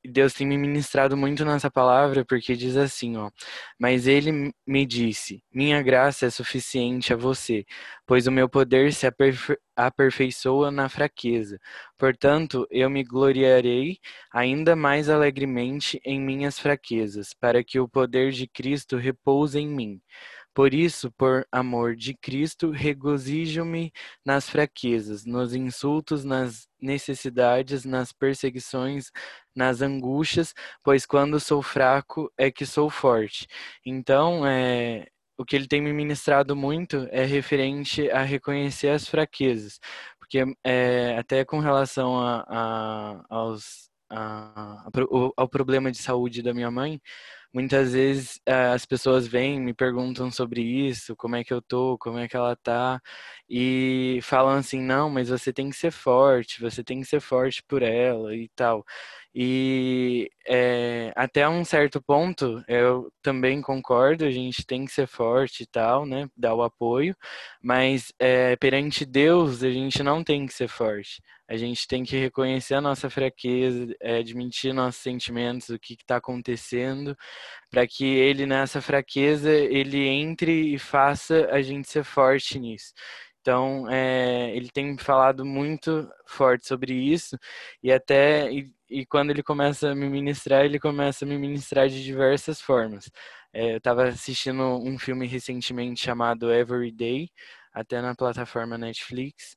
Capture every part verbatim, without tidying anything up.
Deus tem me ministrado muito nessa palavra, porque diz assim, ó: mas ele me disse: minha graça é suficiente a você, pois o meu poder se aperfei- aperfeiçoa na fraqueza. Portanto, eu me gloriarei ainda mais alegremente em minhas fraquezas, para que o poder de Cristo repouse em mim. Por isso, por amor de Cristo, regozijo-me nas fraquezas, nos insultos, nas necessidades, nas perseguições, nas angústias, pois quando sou fraco é que sou forte. Então, é, o que ele tem me ministrado muito é referente a reconhecer as fraquezas, porque é, até com relação a, a- aos a- a pro- ao problema de saúde da minha mãe. Muitas vezes eh, as pessoas vêm, me perguntam sobre isso, como é que eu tô, como é que ela tá, e falam assim, não, mas você tem que ser forte, você tem que ser forte por ela e tal. E eh, até um certo ponto eu também concordo, a gente tem que ser forte e tal, né, dar o apoio, mas eh, perante Deus a gente não tem que ser forte. A gente tem que reconhecer a nossa fraqueza, eh, admitir nossos sentimentos, o que está acontecendo, para que ele nessa fraqueza ele entre e faça a gente ser forte nisso. Então, é, ele tem falado muito forte sobre isso e até e, e quando ele começa a me ministrar, ele começa a me ministrar de diversas formas. É, eu estava assistindo um filme recentemente chamado Everyday, até na plataforma Netflix.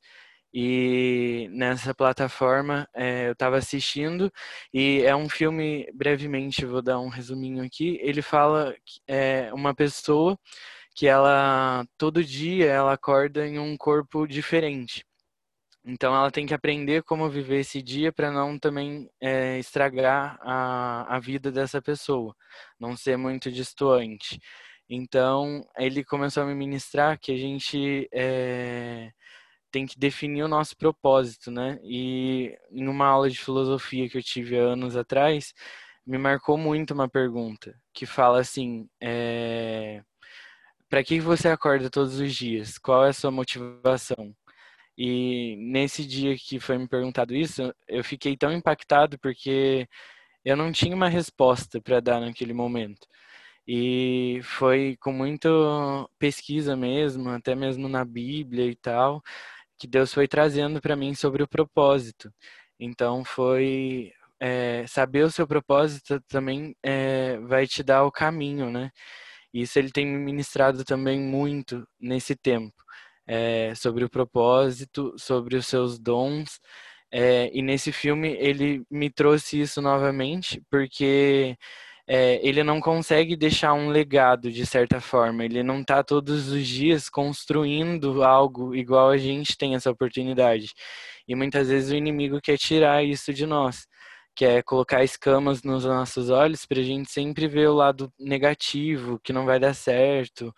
E nessa plataforma é, eu estava assistindo e é um filme, brevemente, vou dar um resuminho aqui. Ele fala que é uma pessoa que ela todo dia ela acorda em um corpo diferente. Então ela tem que aprender como viver esse dia para não também é, estragar a, a vida dessa pessoa, não ser muito destoante. Então ele começou a me ministrar que a gente é, tem que definir o nosso propósito, né? E em uma aula de filosofia que eu tive há anos atrás, me marcou muito uma pergunta que fala assim: é, para que você acorda todos os dias? Qual é a sua motivação? E nesse dia que foi me perguntado isso, eu fiquei tão impactado porque eu não tinha uma resposta para dar naquele momento. E foi com muita pesquisa mesmo, até mesmo na Bíblia e tal, que Deus foi trazendo para mim sobre o propósito. Então foi é, saber o seu propósito também é, vai te dar o caminho, né? Isso ele tem me ministrado também muito nesse tempo, é, sobre o propósito, sobre os seus dons. É, e nesse filme ele me trouxe isso novamente, porque é, ele não consegue deixar um legado de certa forma. Ele não está todos os dias construindo algo igual a gente tem essa oportunidade. E muitas vezes o inimigo quer tirar isso de nós, quer colocar escamas nos nossos olhos para a gente sempre ver o lado negativo, que não vai dar certo.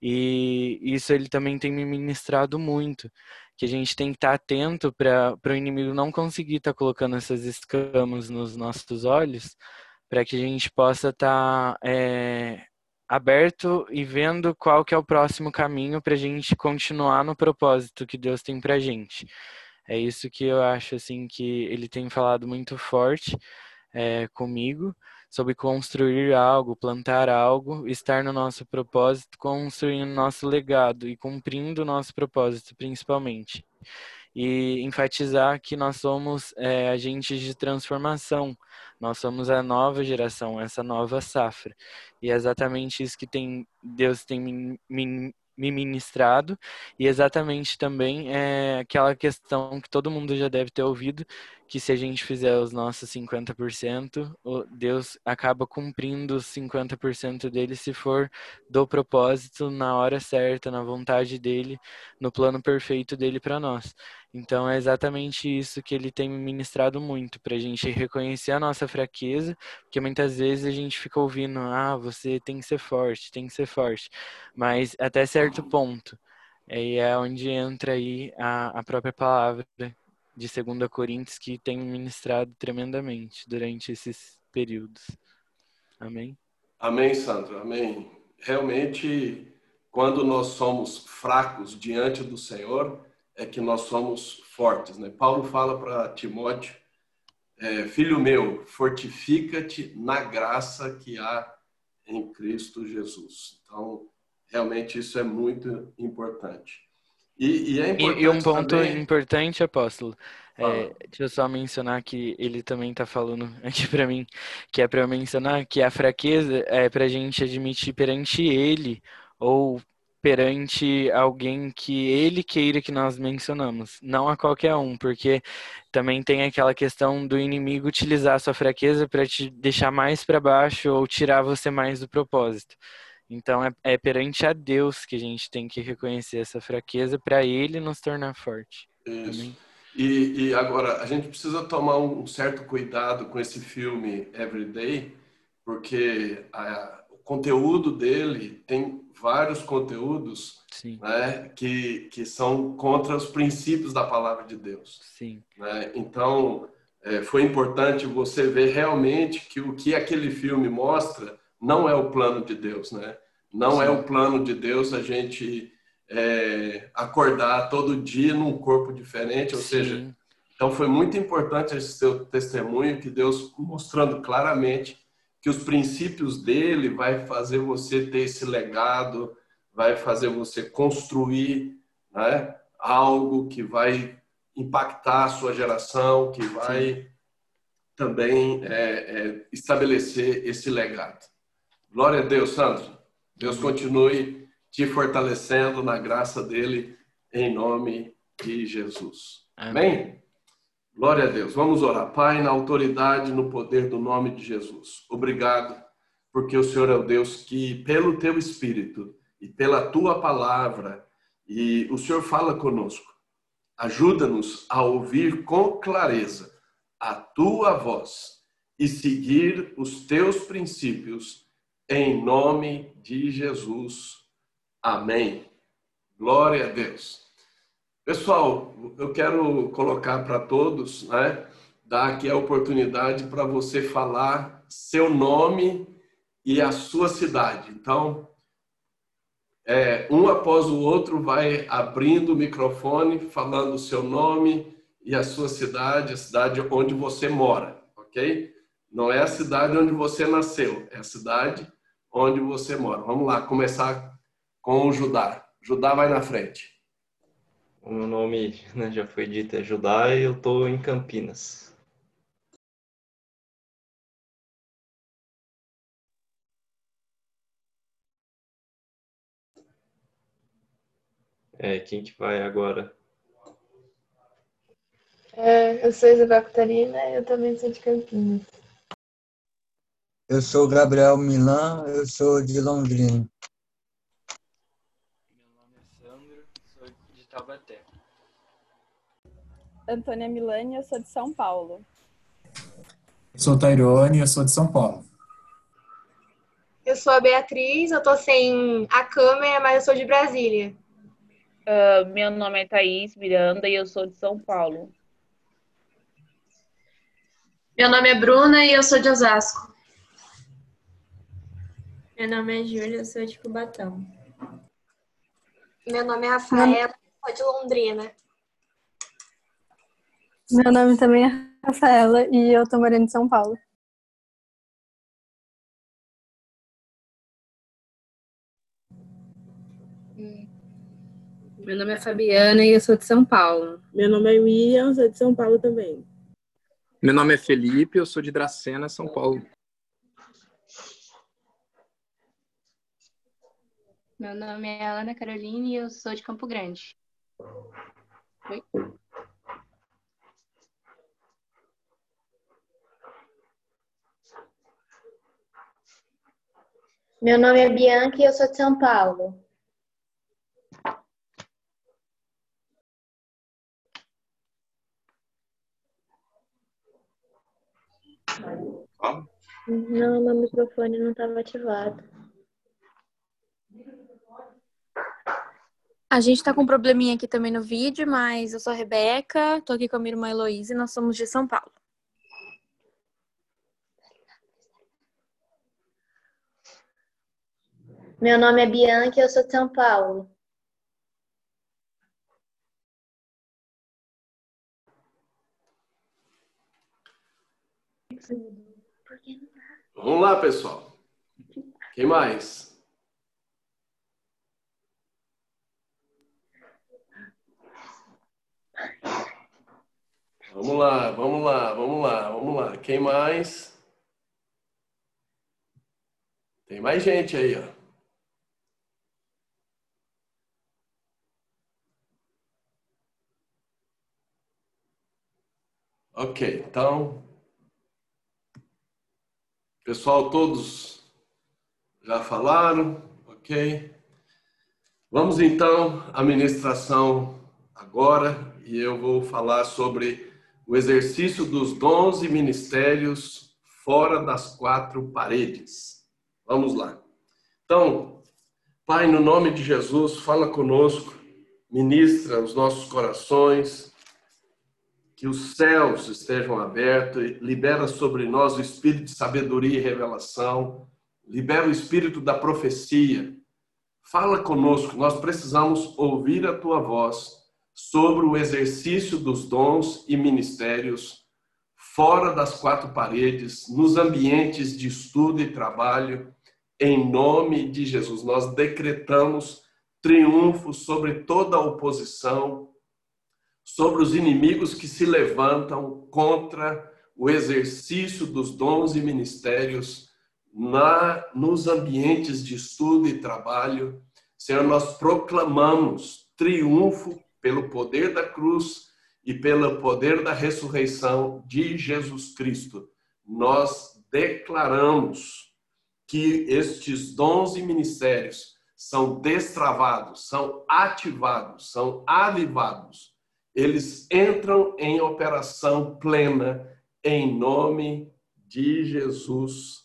E isso ele também tem me ministrado muito, que a gente tem que estar atento para o inimigo não conseguir estar colocando essas escamas nos nossos olhos, para que a gente possa estar é, aberto e vendo qual que é o próximo caminho para a gente continuar no propósito que Deus tem para a gente. É isso que eu acho assim que ele tem falado muito forte é, comigo sobre construir algo, plantar algo, estar no nosso propósito, construindo nosso legado e cumprindo o nosso propósito, principalmente. E enfatizar que nós somos é, agentes de transformação, nós somos a nova geração, essa nova safra. E é exatamente isso que tem, Deus tem me, me, me ministrado, e exatamente também é aquela questão que todo mundo já deve ter ouvido, que se a gente fizer os nossos cinquenta por cento, o- Deus acaba cumprindo os cinquenta por cento dele se for do propósito, na hora certa, na vontade dele, no plano perfeito dele para nós. Então é exatamente isso que ele tem me ministrado muito, para a gente reconhecer a nossa fraqueza, porque muitas vezes a gente fica ouvindo, ah, você tem que ser forte, tem que ser forte, mas até certo ponto. Aí é onde entra aí a, a própria palavra de segunda Coríntios que tem me ministrado tremendamente durante esses períodos. Amém? Amém, Sandro, amém. Realmente, quando nós somos fracos diante do Senhor, é que nós somos fortes, né? Paulo fala para Timóteo é, filho meu, fortifica-te na graça que há em Cristo Jesus. Então, realmente isso é muito importante. E, e é E, e um importante ponto também... importante, apóstolo, é, Fala. deixa eu só mencionar que ele também está falando aqui para mim, que é para eu mencionar que a fraqueza é para a gente admitir perante ele ou perante alguém que ele queira que nós mencionamos, não a qualquer um, porque também tem aquela questão do inimigo utilizar a sua fraqueza para te deixar mais para baixo ou tirar você mais do propósito. Então é, é perante a Deus que a gente tem que reconhecer essa fraqueza para Ele nos tornar forte. Isso. Amém? E, e agora, a gente precisa tomar um certo cuidado com esse filme Everyday, porque a, o conteúdo dele tem vários conteúdos, Sim, né, que, que são contra os princípios da palavra de Deus. sim, Né? Então, é, foi importante você ver realmente que o que aquele filme mostra não é o plano de Deus, né? Não é sim, o plano de Deus a gente é, acordar todo dia num corpo diferente, ou seja, sim, então foi muito importante esse seu testemunho, que Deus mostrando claramente que os princípios dele vai fazer você ter esse legado, vai fazer você construir, né, algo que vai impactar a sua geração, que sim. vai também é, é, estabelecer esse legado. Glória a Deus, Sandro. Deus Amém. continue te fortalecendo na graça dele, em nome de Jesus. Amém. Amém? Glória a Deus. Vamos orar. Pai, na autoridade, no poder do nome de Jesus. Obrigado, porque o Senhor é o Deus que, pelo teu Espírito e pela tua palavra, e o Senhor fala conosco. Ajuda-nos a ouvir com clareza a tua voz e seguir os teus princípios, em nome de Jesus. Amém. Glória a Deus. Pessoal, eu quero colocar para todos, né, dar aqui a oportunidade para você falar seu nome e a sua cidade. Então, é, um após o outro vai abrindo o microfone, falando o seu nome e a sua cidade, a cidade onde você mora, ok? Não é a cidade onde você nasceu, é a cidade onde você mora. Vamos lá, começar com o Judá. Judá vai na frente. O meu nome, né, já foi dito, é Judá e eu estou em Campinas. É, quem que vai agora? É, eu sou Isabel Catarina e eu também sou de Campinas. Eu sou Gabriel Milan, eu sou de Londrina. Meu nome é Sandro, sou de Taubaté. Antônia Milani, eu sou de São Paulo. Eu sou Tairone, eu sou de São Paulo. Eu sou a Beatriz, eu tô sem a câmera, mas eu sou de Brasília. Uh, meu nome é Thaís Miranda e eu sou de São Paulo. Meu nome é Bruna e eu sou de Osasco. Meu nome é Júlia, eu sou de Cubatão. Meu nome é Rafaela, eu sou de Londrina. Meu nome também é Rafaela e eu tô morando em São Paulo. Meu nome é Fabiana e eu sou de São Paulo. Meu nome é William, sou de São Paulo também. Meu nome é Felipe, eu sou de Dracena, São Paulo. Meu nome é Ana Caroline e eu sou de Campo Grande. Oi? Meu nome é Bianca e eu sou de São Paulo. Não, meu microfone não estava ativado. A gente tá com um probleminha aqui também no vídeo, mas eu sou a Rebeca, tô aqui com a minha irmã Heloísa e nós somos de São Paulo. Meu nome é Bianca e eu sou de São Paulo. Vamos lá, pessoal. Quem mais? Vamos lá, vamos lá, vamos lá, vamos lá. Quem mais? Tem mais gente aí, ó. Ok, então, pessoal, todos já falaram, ok? Vamos então à ministração agora e eu vou falar sobre o exercício dos dons e ministérios fora das quatro paredes. Vamos lá. Então, Pai, no nome de Jesus, fala conosco, ministra os nossos corações, que os céus estejam abertos, libera sobre nós o espírito de sabedoria e revelação, libera o espírito da profecia. Fala conosco, nós precisamos ouvir a tua voz sobre o exercício dos dons e ministérios fora das quatro paredes, nos ambientes de estudo e trabalho, em nome de Jesus. Nós decretamos triunfo sobre toda a oposição, sobre os inimigos que se levantam contra o exercício dos dons e ministérios na, nos ambientes de estudo e trabalho. Senhor, nós proclamamos triunfo pelo poder da cruz e pelo poder da ressurreição de Jesus Cristo. Nós declaramos que estes dons e ministérios são destravados, são ativados, são avivados. Eles entram em operação plena, em nome de Jesus.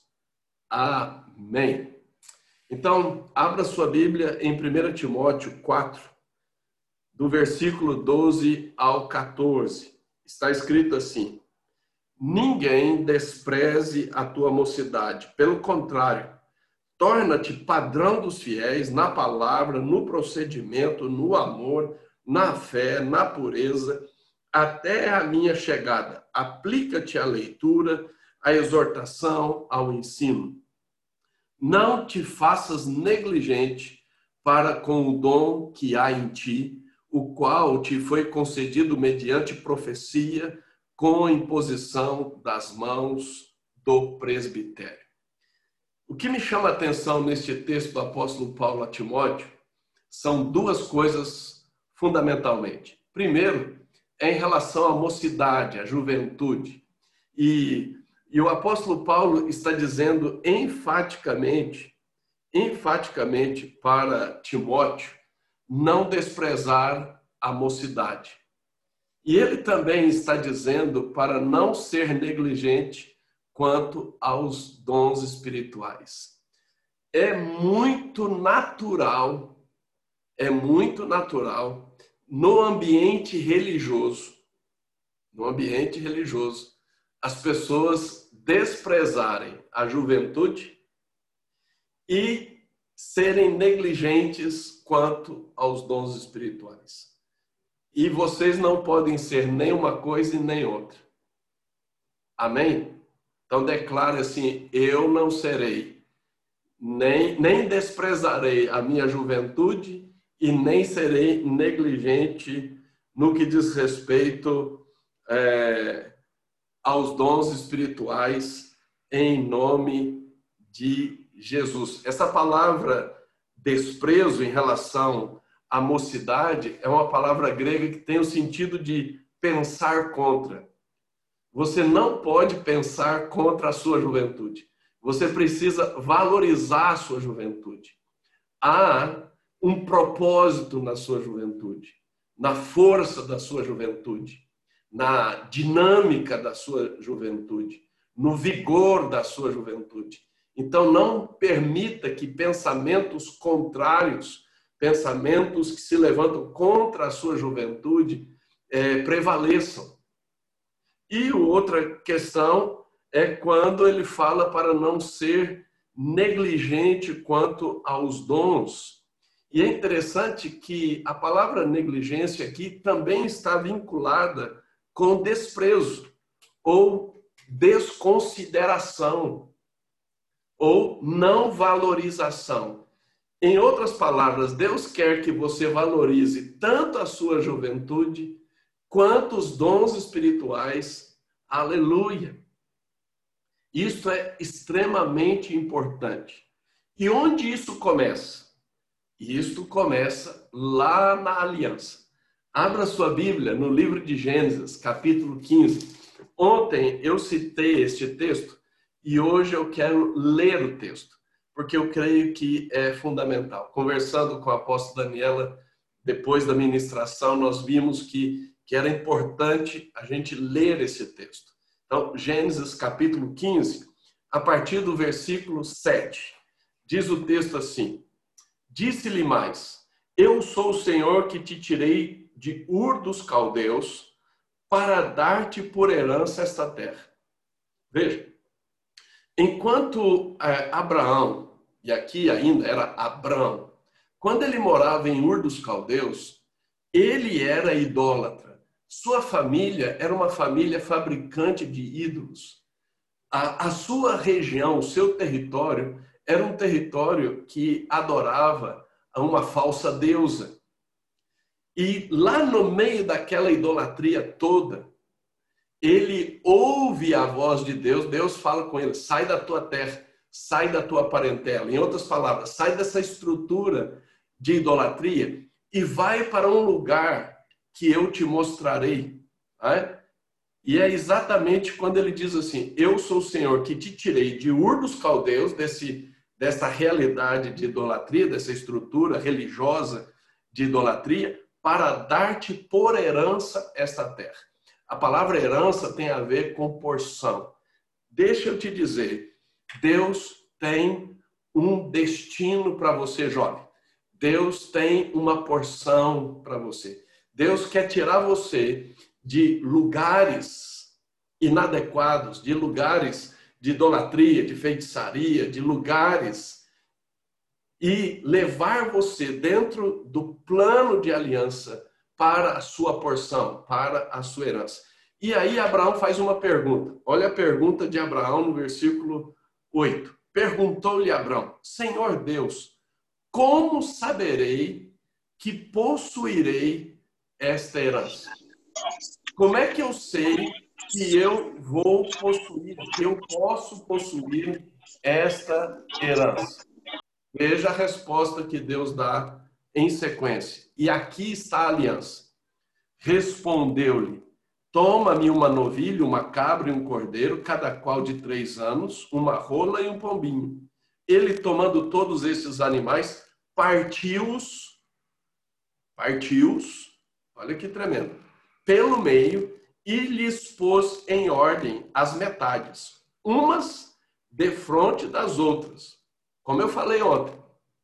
Amém. Então, abra sua Bíblia em primeira Timóteo quatro, do versículo doze ao quatorze. Está escrito assim: ninguém despreze a tua mocidade, pelo contrário, torna-te padrão dos fiéis na palavra, no procedimento, no amor, na fé, na pureza, até a minha chegada. Aplica-te à leitura, à exortação, ao ensino. Não te faças negligente para com o dom que há em ti, o qual te foi concedido mediante profecia, com imposição das mãos do presbitério. O que me chama a atenção neste texto do apóstolo Paulo a Timóteo são duas coisas fundamentalmente. Primeiro, é em relação à mocidade, à juventude. E, e o apóstolo Paulo está dizendo enfaticamente, enfaticamente para Timóteo, não desprezar a mocidade. E ele também está dizendo para não ser negligente quanto aos dons espirituais. É muito natural, é muito natural no ambiente religioso, no ambiente religioso, as pessoas desprezarem a juventude e serem negligentes quanto aos dons espirituais. E vocês não podem ser nem uma coisa e nem outra. Amém? Então declare assim: eu não serei, nem, nem desprezarei a minha juventude e nem serei negligente no que diz respeito é, aos dons espirituais, em nome de Jesus. Essa palavra desprezo em relação à mocidade é uma palavra grega que tem o sentido de pensar contra. Você não pode pensar contra a sua juventude. Você precisa valorizar a sua juventude. Há um propósito na sua juventude, na força da sua juventude, na dinâmica da sua juventude, no vigor da sua juventude. Então, não permita que pensamentos contrários, pensamentos que se levantam contra a sua juventude, é, prevaleçam. E outra questão é quando ele fala para não ser negligente quanto aos dons. E é interessante que a palavra negligência aqui também está vinculada com desprezo ou desconsideração ou não valorização. Em outras palavras, Deus quer que você valorize tanto a sua juventude quanto os dons espirituais. Aleluia! Isso é extremamente importante. E onde isso começa? Isso começa lá na aliança. Abra sua Bíblia no livro de Gênesis, capítulo quinze. Ontem eu citei este texto e hoje eu quero ler o texto, porque eu creio que é fundamental. Conversando com a apóstola Daniela, depois da ministração, nós vimos que, que era importante a gente ler esse texto. Então, Gênesis capítulo quinze, a partir do versículo sete, diz o texto assim: disse-lhe mais, eu sou o Senhor que te tirei de Ur dos Caldeus para dar-te por herança esta terra. Veja, enquanto é, Abraão, e aqui ainda era Abrão, quando ele morava em Ur dos Caldeus, ele era idólatra. Sua família era uma família fabricante de ídolos. A, a sua região, o seu território, era um território que adorava a uma falsa deusa. E lá no meio daquela idolatria toda, ele ouve a voz de Deus, Deus fala com ele, sai da tua terra, sai da tua parentela. Em outras palavras, sai dessa estrutura de idolatria e vai para um lugar que eu te mostrarei. Né? E é exatamente quando ele diz assim, eu sou o Senhor que te tirei de Ur dos Caldeus, desse, dessa realidade de idolatria, dessa estrutura religiosa de idolatria, para dar-te por herança esta terra. A palavra herança tem a ver com porção. Deixa eu te dizer, Deus tem um destino para você, jovem. Deus tem uma porção para você. Deus quer tirar você de lugares inadequados, de lugares de idolatria, de feitiçaria, de lugares, e levar você dentro do plano de aliança para a sua porção, para a sua herança. E aí Abraão faz uma pergunta. Olha a pergunta de Abraão no versículo oito. Perguntou-lhe Abraão, Senhor Deus, como saberei que possuirei esta herança? Como é que eu sei que eu vou possuir, que eu posso possuir esta herança? Veja a resposta que Deus dá em sequência. E aqui está a aliança. Respondeu-lhe, toma-me uma novilha, uma cabra e um cordeiro, cada qual de três anos, uma rola e um pombinho. Ele, tomando todos esses animais, partiu-os, partiu-os, olha que tremendo, pelo meio e lhes pôs em ordem as metades, umas defronte das outras. Como eu falei ontem.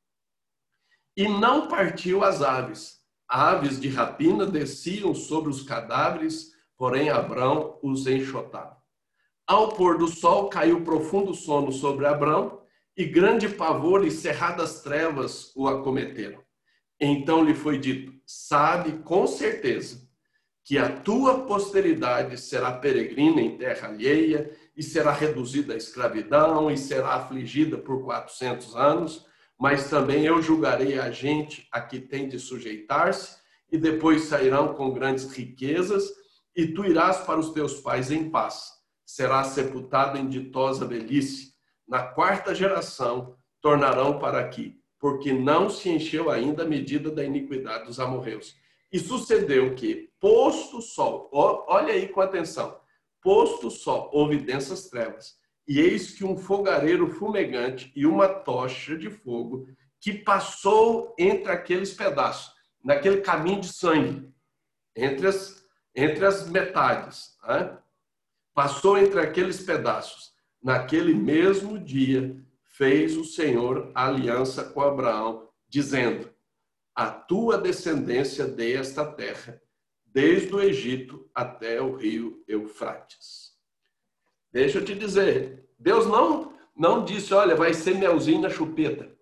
E não partiu as aves. Aves de rapina desciam sobre os cadáveres, porém Abrão os enxotava. Ao pôr do sol caiu profundo sono sobre Abrão, e grande pavor e cerradas trevas o acometeram. Então lhe foi dito, sabe com certeza que a tua posteridade será peregrina em terra alheia, e será reduzida à escravidão, e será afligida por quatrocentos anos, mas também eu julgarei a gente a que tem de sujeitar-se, e depois sairão com grandes riquezas, e tu irás para os teus pais em paz. Serás sepultado em ditosa velhice. Na quarta geração tornarão para aqui, porque não se encheu ainda a medida da iniquidade dos amorreus. E sucedeu que, posto o sol, olha aí com atenção, posto o sol, houve densas trevas, e eis que um fogareiro fumegante e uma tocha de fogo que passou entre aqueles pedaços, naquele caminho de sangue, entre as, entre as metades, né? Passou entre aqueles pedaços. Naquele mesmo dia fez o Senhor aliança com Abraão, dizendo, a tua descendência dê esta terra, desde o Egito até o rio Eufrates. Deixa eu te dizer, Deus não, não disse, olha, vai ser melzinho na chupeta.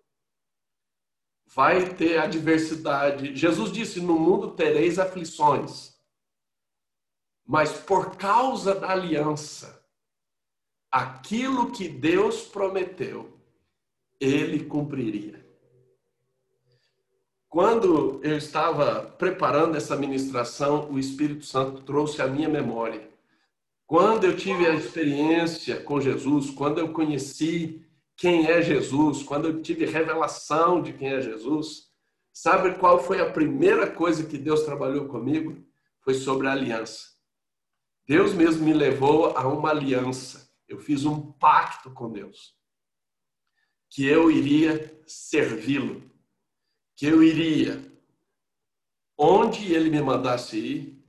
Vai ter adversidade. Jesus disse, no mundo tereis aflições. Mas por causa da aliança, aquilo que Deus prometeu, ele cumpriria. Quando eu estava preparando essa ministração, o Espírito Santo trouxe à minha memória. Quando eu tive a experiência com Jesus, quando eu conheci quem é Jesus, quando eu tive revelação de quem é Jesus, sabe qual foi a primeira coisa que Deus trabalhou comigo? Foi sobre a aliança. Deus mesmo me levou a uma aliança. Eu fiz um pacto com Deus. Que eu iria servi-lo. Que eu iria, onde ele me mandasse ir,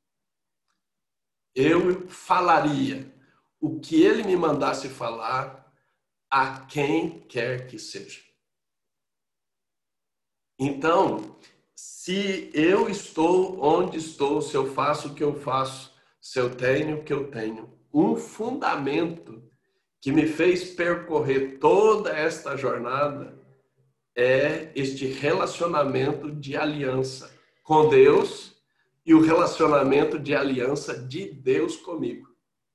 eu falaria o que ele me mandasse falar a quem quer que seja. Então, se eu estou onde estou, se eu faço o que eu faço, se eu tenho o que eu tenho, um fundamento que me fez percorrer toda esta jornada é este relacionamento de aliança com Deus e o relacionamento de aliança de Deus comigo.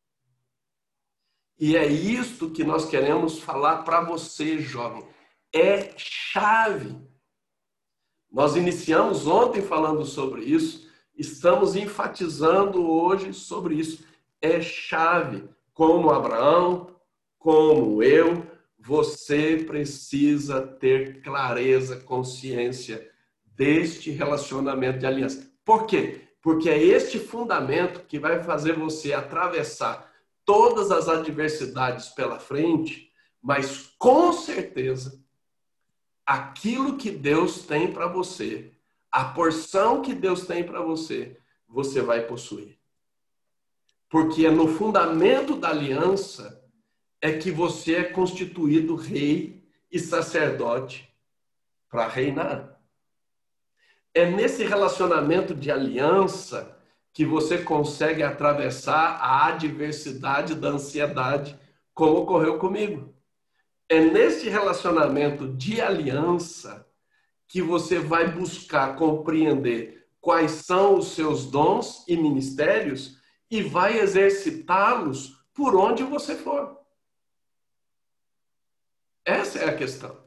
E é isto que nós queremos falar para você, jovem. É chave. Nós iniciamos ontem falando sobre isso, estamos enfatizando hoje sobre isso. É chave. Como Abraão, como eu, você precisa ter clareza, consciência deste relacionamento de aliança. Por quê? Porque é este fundamento que vai fazer você atravessar todas as adversidades pela frente, mas com certeza, aquilo que Deus tem para você, a porção que Deus tem para você, você vai possuir. Porque é no fundamento da aliança é que você é constituído rei e sacerdote para reinar. É nesse relacionamento de aliança que você consegue atravessar a adversidade da ansiedade, como ocorreu comigo. É nesse relacionamento de aliança que você vai buscar compreender quais são os seus dons e ministérios e vai exercitá-los por onde você for. Essa é a questão.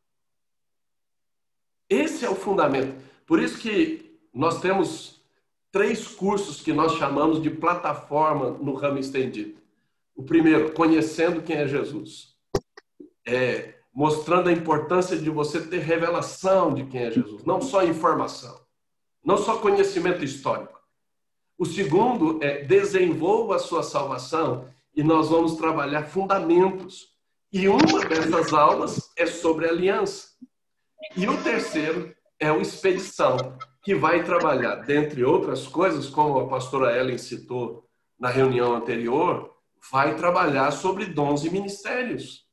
Esse é o fundamento. Por isso que nós temos três cursos que nós chamamos de plataforma no ramo estendido. O primeiro, conhecendo quem é Jesus. É, mostrando a importância de você ter revelação de quem é Jesus. Não só informação. Não só conhecimento histórico. O segundo é desenvolva a sua salvação e nós vamos trabalhar fundamentos. E uma dessas aulas é sobre aliança. E o terceiro é o expedição, que vai trabalhar, dentre outras coisas, como a pastora Ellen citou na reunião anterior, vai trabalhar sobre dons e ministérios.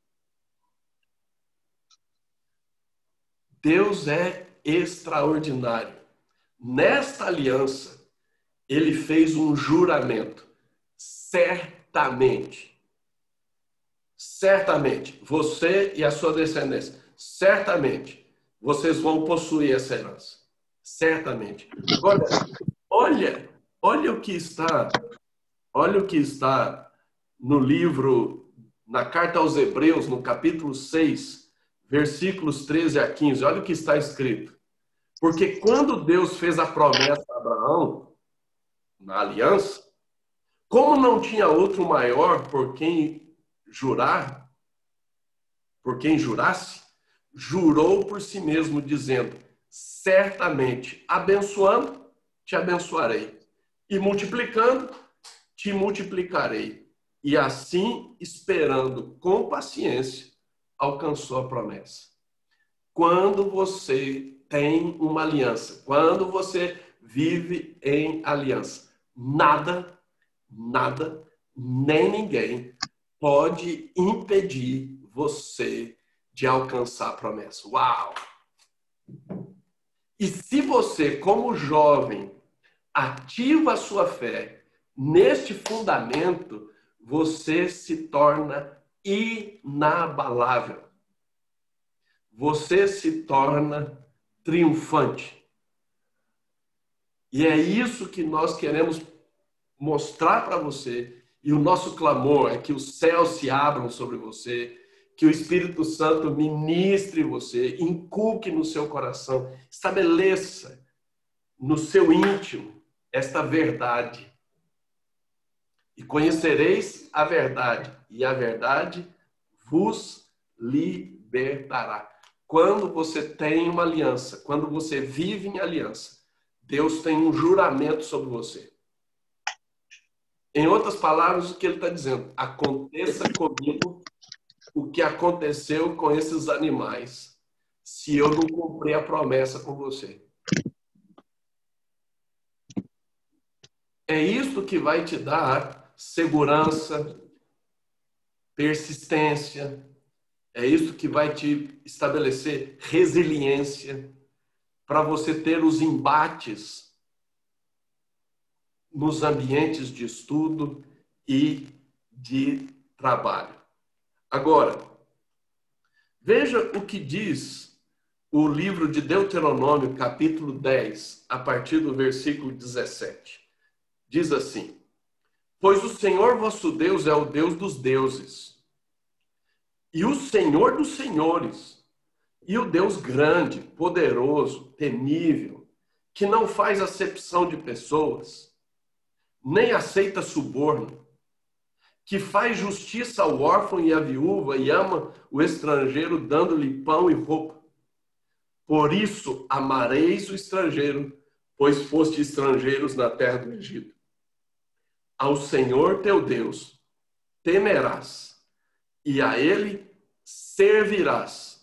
Deus é extraordinário. Nesta aliança, ele fez um juramento. Certamente. Certamente, você e a sua descendência, certamente, vocês vão possuir essa herança. Certamente. Agora, olha, olha o que está, olha o que está no livro, na carta aos Hebreus, no capítulo seis, versículos treze a quinze. Olha o que está escrito. Porque quando Deus fez a promessa a Abraão, na aliança, como não tinha outro maior por quem jurar, por quem jurasse, jurou por si mesmo, dizendo, certamente, abençoando, te abençoarei, e multiplicando, te multiplicarei. E assim, esperando com paciência, alcançou a promessa. Quando você tem uma aliança, quando você vive em aliança, nada, nada, nem ninguém pode impedir você de alcançar a promessa. Uau! E se você, como jovem, ativa a sua fé neste fundamento, você se torna inabalável. Você se torna triunfante. E é isso que nós queremos mostrar para você E o nosso clamor é que os céus se abram sobre você, que o Espírito Santo ministre você, inculque no seu coração, estabeleça no seu íntimo esta verdade. E conhecereis a verdade, e a verdade vos libertará. Quando você tem uma aliança, quando você vive em aliança, Deus tem um juramento sobre você. Em outras palavras, o que ele está dizendo? Aconteça comigo o que aconteceu com esses animais, se eu não cumprir a promessa com você. É isso que vai te dar segurança, persistência. É isso que vai te estabelecer resiliência para você ter os embates nos ambientes de estudo e de trabalho. Agora, veja o que diz o livro de Deuteronômio, capítulo dez, a partir do versículo dezessete. Diz assim: pois o Senhor vosso Deus é o Deus dos deuses, e o Senhor dos senhores, e o Deus grande, poderoso, temível, que não faz acepção de pessoas, nem aceita suborno, que faz justiça ao órfão e à viúva e ama o estrangeiro, dando-lhe pão e roupa. Por isso amareis o estrangeiro, pois foste estrangeiros na terra do Egito. Ao Senhor teu Deus temerás, e a ele servirás.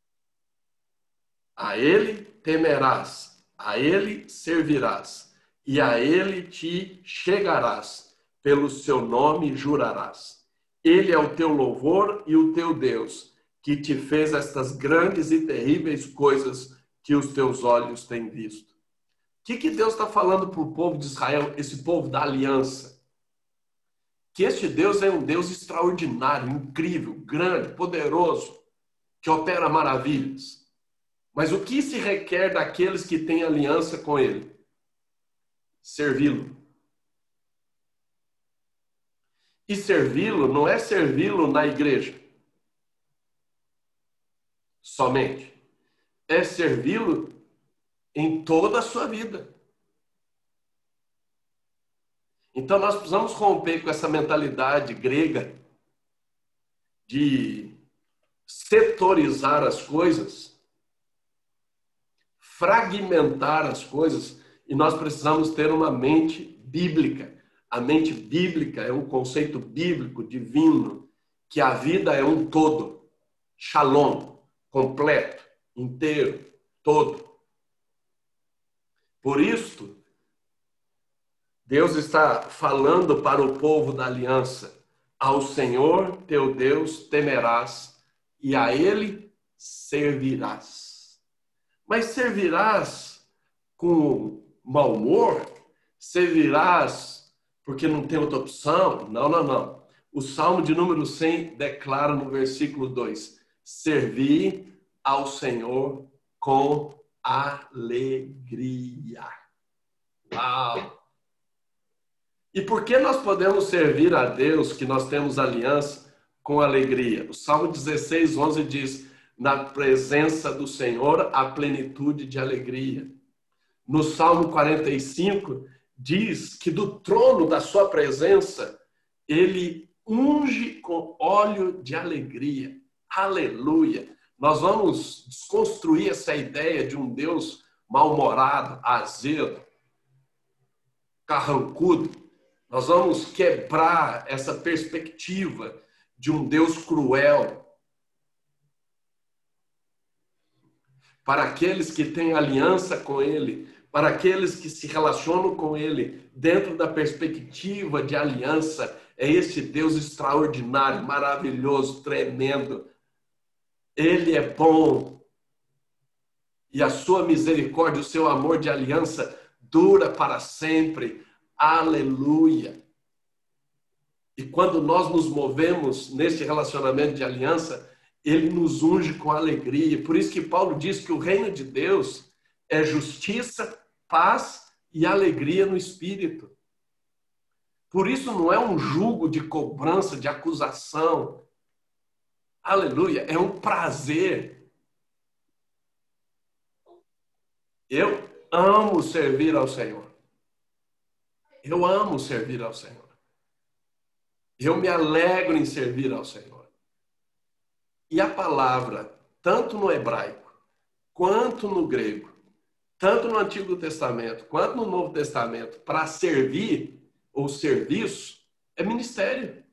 A ele temerás, a ele servirás, e a ele te chegarás, pelo seu nome jurarás. Ele é o teu louvor e o teu Deus, que te fez estas grandes e terríveis coisas que os teus olhos têm visto. O que, que Deus está falando para o povo de Israel, esse povo da aliança? Que este Deus é um Deus extraordinário, incrível, grande, poderoso, que opera maravilhas. Mas o que se requer daqueles que têm aliança com Ele? Servi-lo. E servi-lo não é servi-lo na igreja somente. É servi-lo em toda a sua vida. Então nós precisamos romper com essa mentalidade grega de setorizar as coisas, fragmentar as coisas, e nós precisamos ter uma mente bíblica. A mente bíblica é um conceito bíblico, divino, que a vida é um todo. Shalom, completo, inteiro, todo. Por isso, Deus está falando para o povo da aliança: ao Senhor teu Deus temerás e a Ele servirás. Mas servirás com mau humor? Servirás porque não tem outra opção? Não, não, não. O Salmo de número cem declara no versículo dois: servir ao Senhor com alegria. Uau! E por que nós podemos servir a Deus, que nós temos aliança, com alegria? O Salmo dezesseis, onze diz: na presença do Senhor há plenitude de alegria. No Salmo quarenta e cinco, diz que do trono da sua presença, ele unge com óleo de alegria. Aleluia! Nós vamos desconstruir essa ideia de um Deus mal-humorado, azedo, carrancudo. Nós vamos quebrar essa perspectiva de um Deus cruel. Para aqueles que têm aliança com Ele, para aqueles que se relacionam com Ele, dentro da perspectiva de aliança, é esse Deus extraordinário, maravilhoso, tremendo. Ele é bom. E a sua misericórdia, o seu amor de aliança dura para sempre. Aleluia! E quando nós nos movemos nesse relacionamento de aliança, Ele nos unge com alegria. Por isso que Paulo diz que o reino de Deus é justiça, paz e alegria no Espírito. Por isso não é um jugo de cobrança, de acusação. Aleluia, é um prazer. Eu amo servir ao Senhor. Eu amo servir ao Senhor. Eu me alegro em servir ao Senhor. E a palavra, tanto no hebraico, quanto no grego, tanto no Antigo Testamento, quanto no Novo Testamento, para servir ou serviço, é ministério.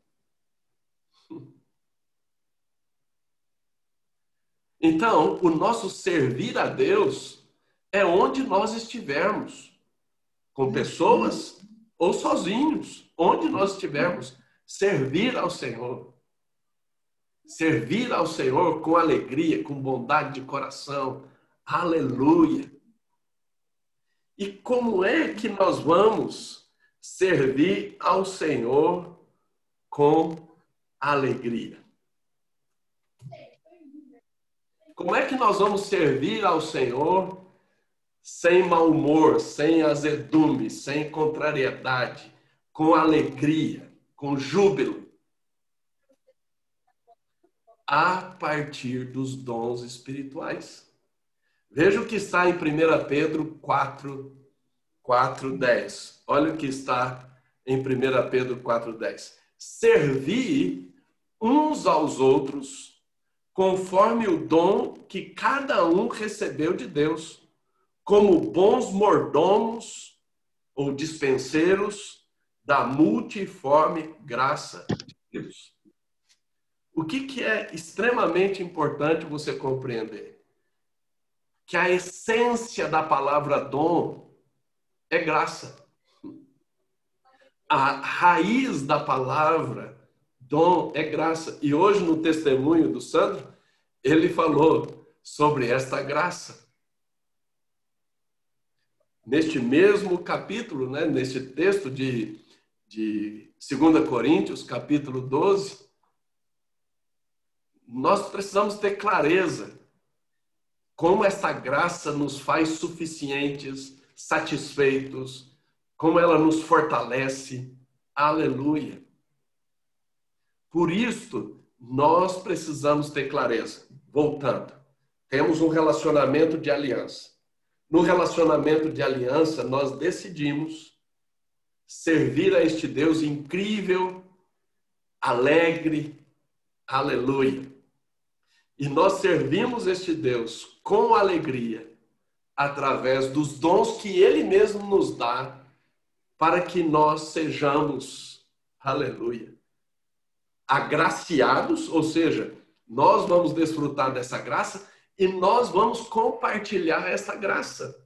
Então, o nosso servir a Deus é onde nós estivermos, com pessoas ou sozinhos, onde nós estivermos, servir ao Senhor. Servir ao Senhor com alegria, com bondade de coração. Aleluia! E como é que nós vamos servir ao Senhor com alegria? Como é que nós vamos servir ao Senhor sem mau humor, sem azedume, sem contrariedade, com alegria, com júbilo? A partir dos dons espirituais. Veja o que está em primeira Pedro quatro, quatro, dez. Olha o que está em primeira Pedro quatro, dez. Servi uns aos outros conforme o dom que cada um recebeu de Deus, como bons mordomos ou dispenseiros da multiforme graça de Deus. O que, que é extremamente importante você compreender? Que a essência da palavra dom é graça. A raiz da palavra dom é graça. E hoje, no testemunho do Sandro, ele falou sobre esta graça. Neste mesmo capítulo, né, neste texto de, de segunda Coríntios, capítulo doze, nós precisamos ter clareza como esta graça nos faz suficientes, satisfeitos, como ela nos fortalece. Aleluia! Por isto, nós precisamos ter clareza. Voltando, temos um relacionamento de aliança. No relacionamento de aliança, nós decidimos servir a este Deus incrível, alegre, aleluia. E nós servimos este Deus com alegria, através dos dons que Ele mesmo nos dá, para que nós sejamos, aleluia, agraciados, ou seja, nós vamos desfrutar dessa graça e nós vamos compartilhar essa graça.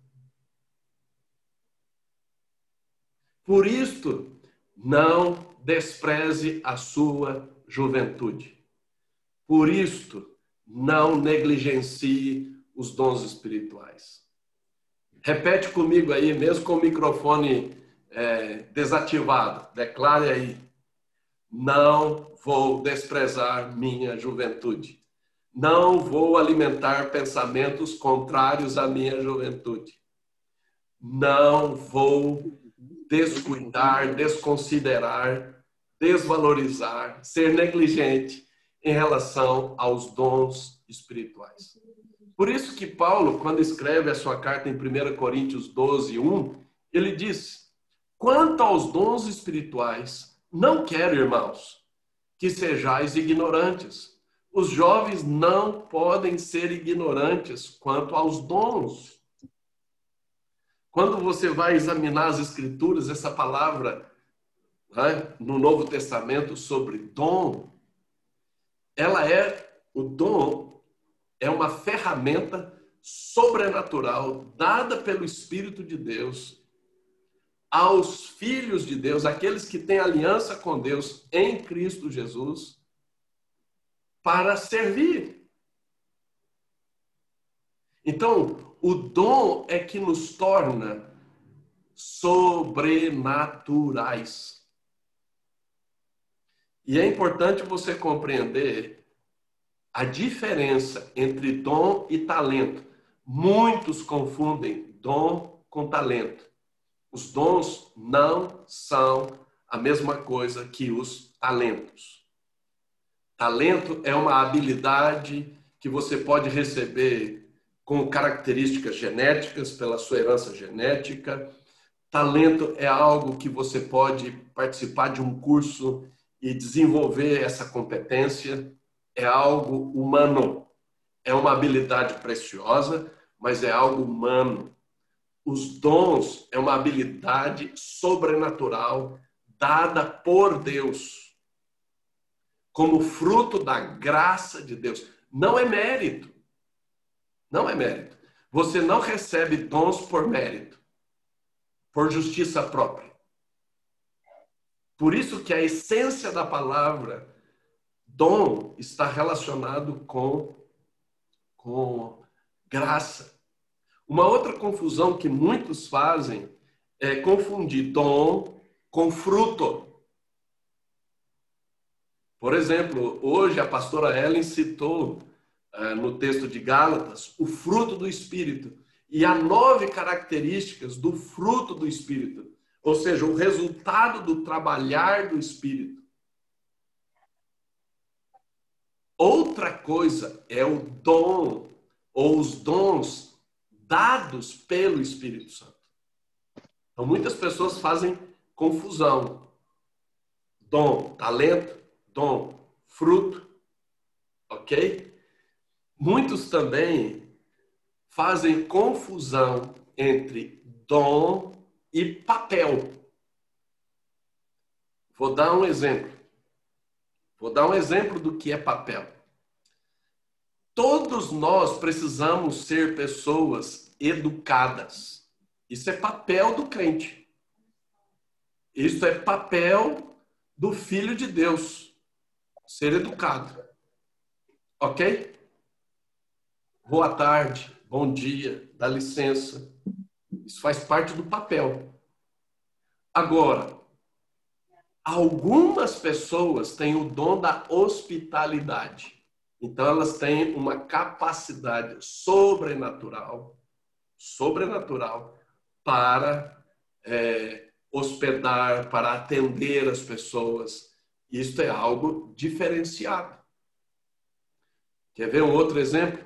Por isto, não despreze a sua juventude. Por isto, não negligencie os dons espirituais. Repete comigo aí, mesmo com o microfone é, desativado. Declare aí. Não vou desprezar minha juventude. Não vou alimentar pensamentos contrários à minha juventude. Não vou descuidar, desconsiderar, desvalorizar, ser negligente em relação aos dons espirituais. Por isso que Paulo, quando escreve a sua carta em primeira Coríntios doze, um, ele diz: quanto aos dons espirituais, não quero, irmãos, que sejais ignorantes. Os jovens não podem ser ignorantes quanto aos dons. Quando você vai examinar as Escrituras, essa palavra, né, no Novo Testamento sobre dom, ela é, o dom é uma ferramenta sobrenatural dada pelo Espírito de Deus aos filhos de Deus, aqueles que têm aliança com Deus em Cristo Jesus, para servir. Então, o dom é que nos torna sobrenaturais. E é importante você compreender a diferença entre dom e talento. Muitos confundem dom com talento. Os dons não são a mesma coisa que os talentos. Talento é uma habilidade que você pode receber com características genéticas, pela sua herança genética. Talento é algo que você pode participar de um curso e desenvolver essa competência. É algo humano. É uma habilidade preciosa, mas é algo humano. Os dons é uma habilidade sobrenatural dada por Deus, como fruto da graça de Deus. Não é mérito. Não é mérito. Você não recebe dons por mérito, por justiça própria. Por isso que a essência da palavra dom está relacionado com, com graça. Uma outra confusão que muitos fazem é confundir dom com fruto. Por exemplo, hoje a pastora Ellen citou uh, no texto de Gálatas o fruto do Espírito. E há nove características do fruto do Espírito. Ou seja, o resultado do trabalhar do Espírito. Outra coisa é o dom, ou os dons dados pelo Espírito Santo. Então, muitas pessoas fazem confusão. Dom, talento, dom, fruto. Ok? Muitos também fazem confusão entre dom e papel. Vou dar um exemplo. Vou dar um exemplo do que é papel. Todos nós precisamos ser pessoas educadas. Isso é papel do crente. Isso é papel do Filho de Deus. Ser educado. Ok? Boa tarde, bom dia, dá licença. Isso faz parte do papel. Agora, algumas pessoas têm o dom da hospitalidade. Então, elas têm uma capacidade sobrenatural, sobrenatural, para é, hospedar, para atender as pessoas. Isto é algo diferenciado. Quer ver um outro exemplo?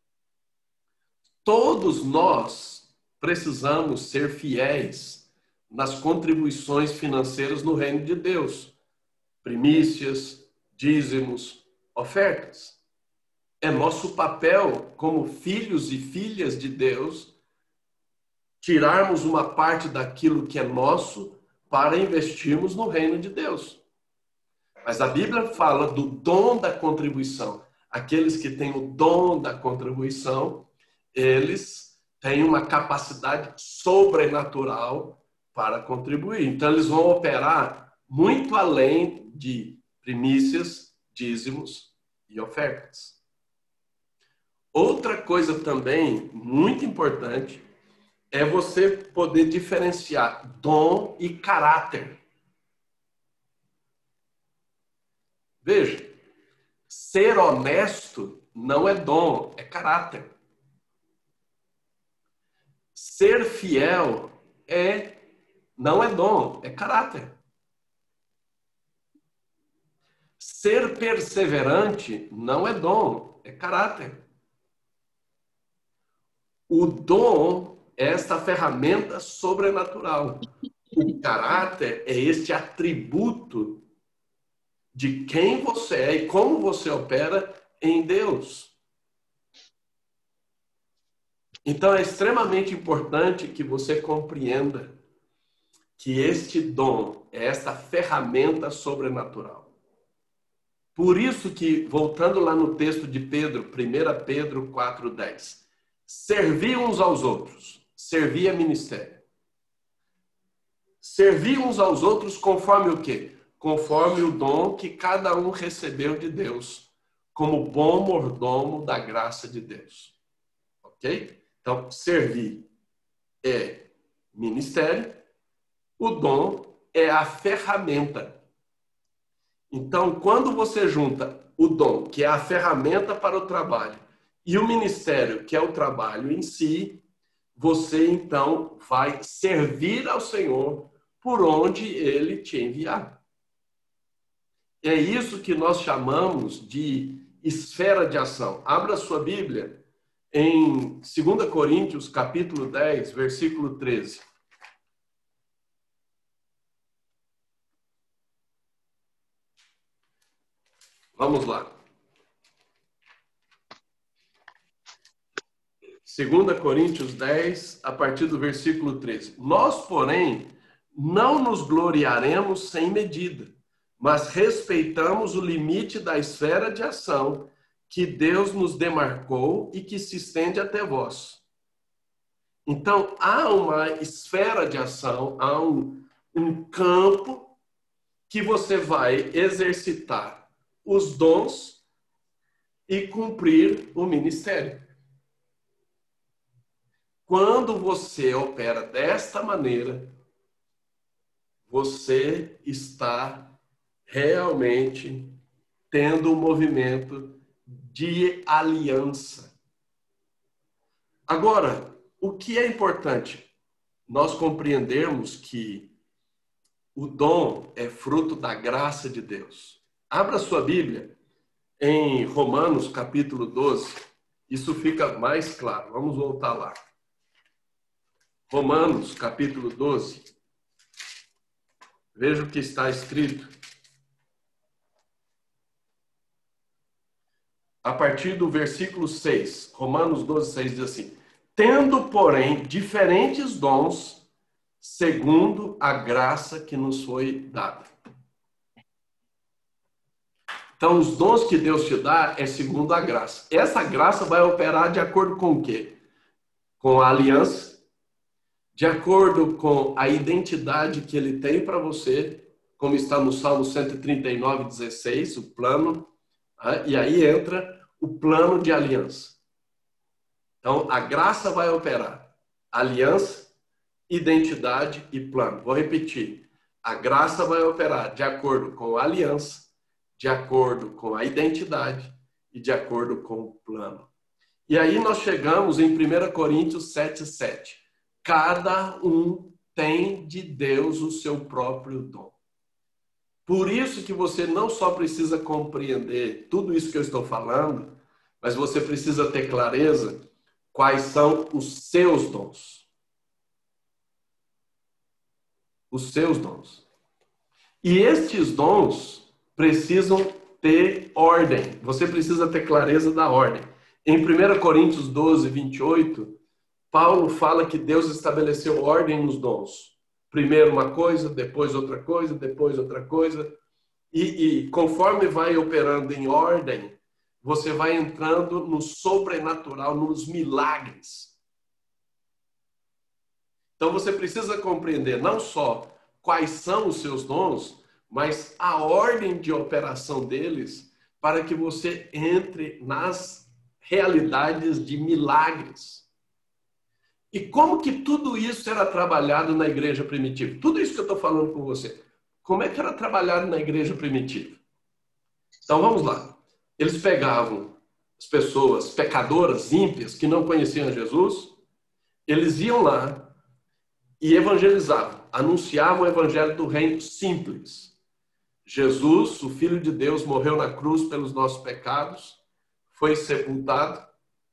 Todos nós precisamos ser fiéis nas contribuições financeiras no reino de Deus. Primícias, dízimos, ofertas. É nosso papel como filhos e filhas de Deus tirarmos uma parte daquilo que é nosso para investirmos no reino de Deus. Mas a Bíblia fala do dom da contribuição. Aqueles que têm o dom da contribuição, eles têm uma capacidade sobrenatural para contribuir. Então, eles vão operar muito além de primícias, dízimos e ofertas. Outra coisa também muito importante é você poder diferenciar dom e caráter. Veja, ser honesto não é dom, é caráter. Ser fiel é, não é dom, é caráter. Ser perseverante não é dom, é caráter. O dom é esta ferramenta sobrenatural. O caráter é este atributo de quem você é e como você opera em Deus. Então é extremamente importante que você compreenda que este dom é esta ferramenta sobrenatural. Por isso que, voltando lá no texto de Pedro, primeira Pedro quatro, dez, servir uns aos outros, servir é ministério. Servir uns aos outros conforme o quê? Conforme o dom que cada um recebeu de Deus, como bom mordomo da graça de Deus. Ok? Então, servir é ministério, o dom é a ferramenta. Então, quando você junta o dom, que é a ferramenta para o trabalho, e o ministério, que é o trabalho em si, você então vai servir ao Senhor por onde ele te enviar. É isso que nós chamamos de esfera de ação. Abra sua Bíblia em dois Coríntios, capítulo dez, versículo treze. Vamos lá. dois Coríntios dez, a partir do versículo treze. Nós, porém, não nos gloriaremos sem medida, mas respeitamos o limite da esfera de ação que Deus nos demarcou e que se estende até vós. Então, há uma esfera de ação, há um, um campo que você vai exercitar os dons e cumprir o ministério. Quando você opera desta maneira, você está realmente tendo um movimento de aliança. Agora, o que é importante? Nós compreendermos que o dom é fruto da graça de Deus. Abra sua Bíblia em Romanos capítulo doze. Isso fica mais claro. Vamos voltar lá. Romanos capítulo doze. Veja o que está escrito. A partir do versículo seis. Romanos doze, seis diz assim: tendo, porém, diferentes dons, segundo a graça que nos foi dada. Então, os dons que Deus te dá é segundo a graça. Essa graça vai operar de acordo com o quê? Com a aliança, de acordo com a identidade que ele tem para você, como está no Salmo cento e trinta e nove, dezesseis, o plano, e aí entra o plano de aliança. Então, a graça vai operar aliança, identidade e plano. Vou repetir. A graça vai operar de acordo com a aliança, de acordo com a identidade e de acordo com o plano. E aí nós chegamos em primeira Coríntios sete, sete. Cada um tem de Deus o seu próprio dom. Por isso que você não só precisa compreender tudo isso que eu estou falando, mas você precisa ter clareza quais são os seus dons. Os seus dons. E estes dons precisam ter ordem. Você precisa ter clareza da ordem. Em primeira Coríntios doze, vinte e oito, Paulo fala que Deus estabeleceu ordem nos dons. Primeiro uma coisa, depois outra coisa, depois outra coisa. E, e conforme vai operando em ordem, você vai entrando no sobrenatural, nos milagres. Então você precisa compreender não só quais são os seus dons, mas a ordem de operação deles para que você entre nas realidades de milagres. E como que tudo isso era trabalhado na igreja primitiva? Tudo isso que eu estou falando com você, como é que era trabalhado na igreja primitiva? Então vamos lá. Eles pegavam as pessoas pecadoras, ímpias, que não conheciam Jesus, eles iam lá e evangelizavam, anunciavam o evangelho do reino simples. Jesus, o Filho de Deus, morreu na cruz pelos nossos pecados, foi sepultado,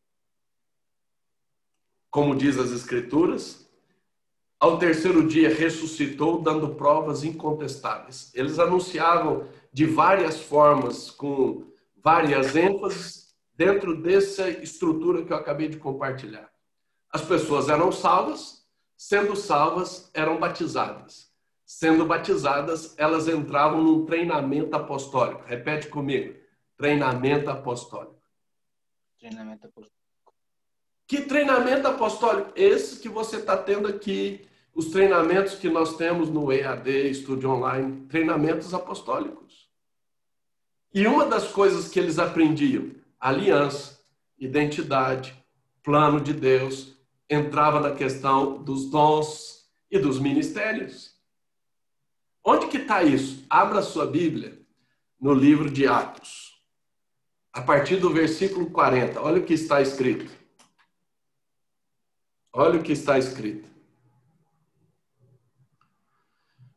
como diz as Escrituras. Ao terceiro dia ressuscitou, dando provas incontestáveis. Eles anunciavam de várias formas, com várias ênfases, dentro dessa estrutura que eu acabei de compartilhar. As pessoas eram salvas, sendo salvas, eram batizadas. Sendo batizadas, elas entravam num treinamento apostólico. Repete comigo. Treinamento apostólico. Treinamento apostólico. Que treinamento apostólico? Esse que você está tendo aqui, os treinamentos que nós temos no E A D, Estúdio Online, treinamentos apostólicos. E uma das coisas que eles aprendiam, aliança, identidade, plano de Deus, entrava na questão dos dons e dos ministérios. Onde que está isso? Abra sua Bíblia no livro de Atos. A partir do versículo quarenta, olha o que está escrito. Olha o que está escrito.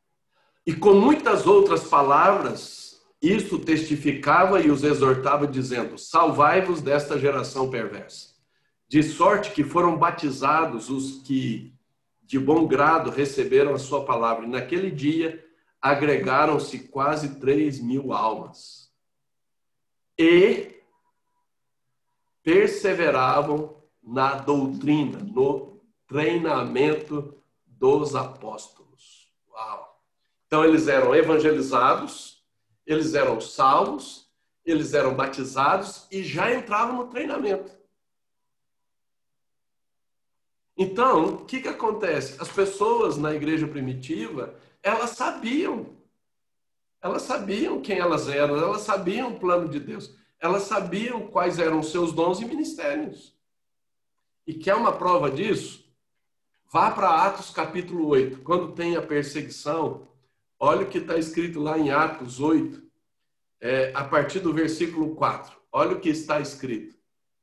E com muitas outras palavras, isto testificava e os exortava, dizendo: salvai-vos desta geração perversa. De sorte que foram batizados os que de bom grado receberam a sua palavra. E naquele dia agregaram-se quase três mil almas. E perseveravam na doutrina, no treinamento dos apóstolos. Uau! Então eles eram evangelizados, eles eram salvos, eles eram batizados e já entravam no treinamento. Então, o que que acontece? As pessoas na igreja primitiva, elas sabiam. Elas sabiam quem elas eram, elas sabiam o plano de Deus. Elas sabiam quais eram os seus dons e ministérios. E quer uma prova disso? Vá para Atos capítulo oito. Quando tem a perseguição, olha o que está escrito lá em Atos oito, é, a partir do versículo quatro. Olha o que está escrito.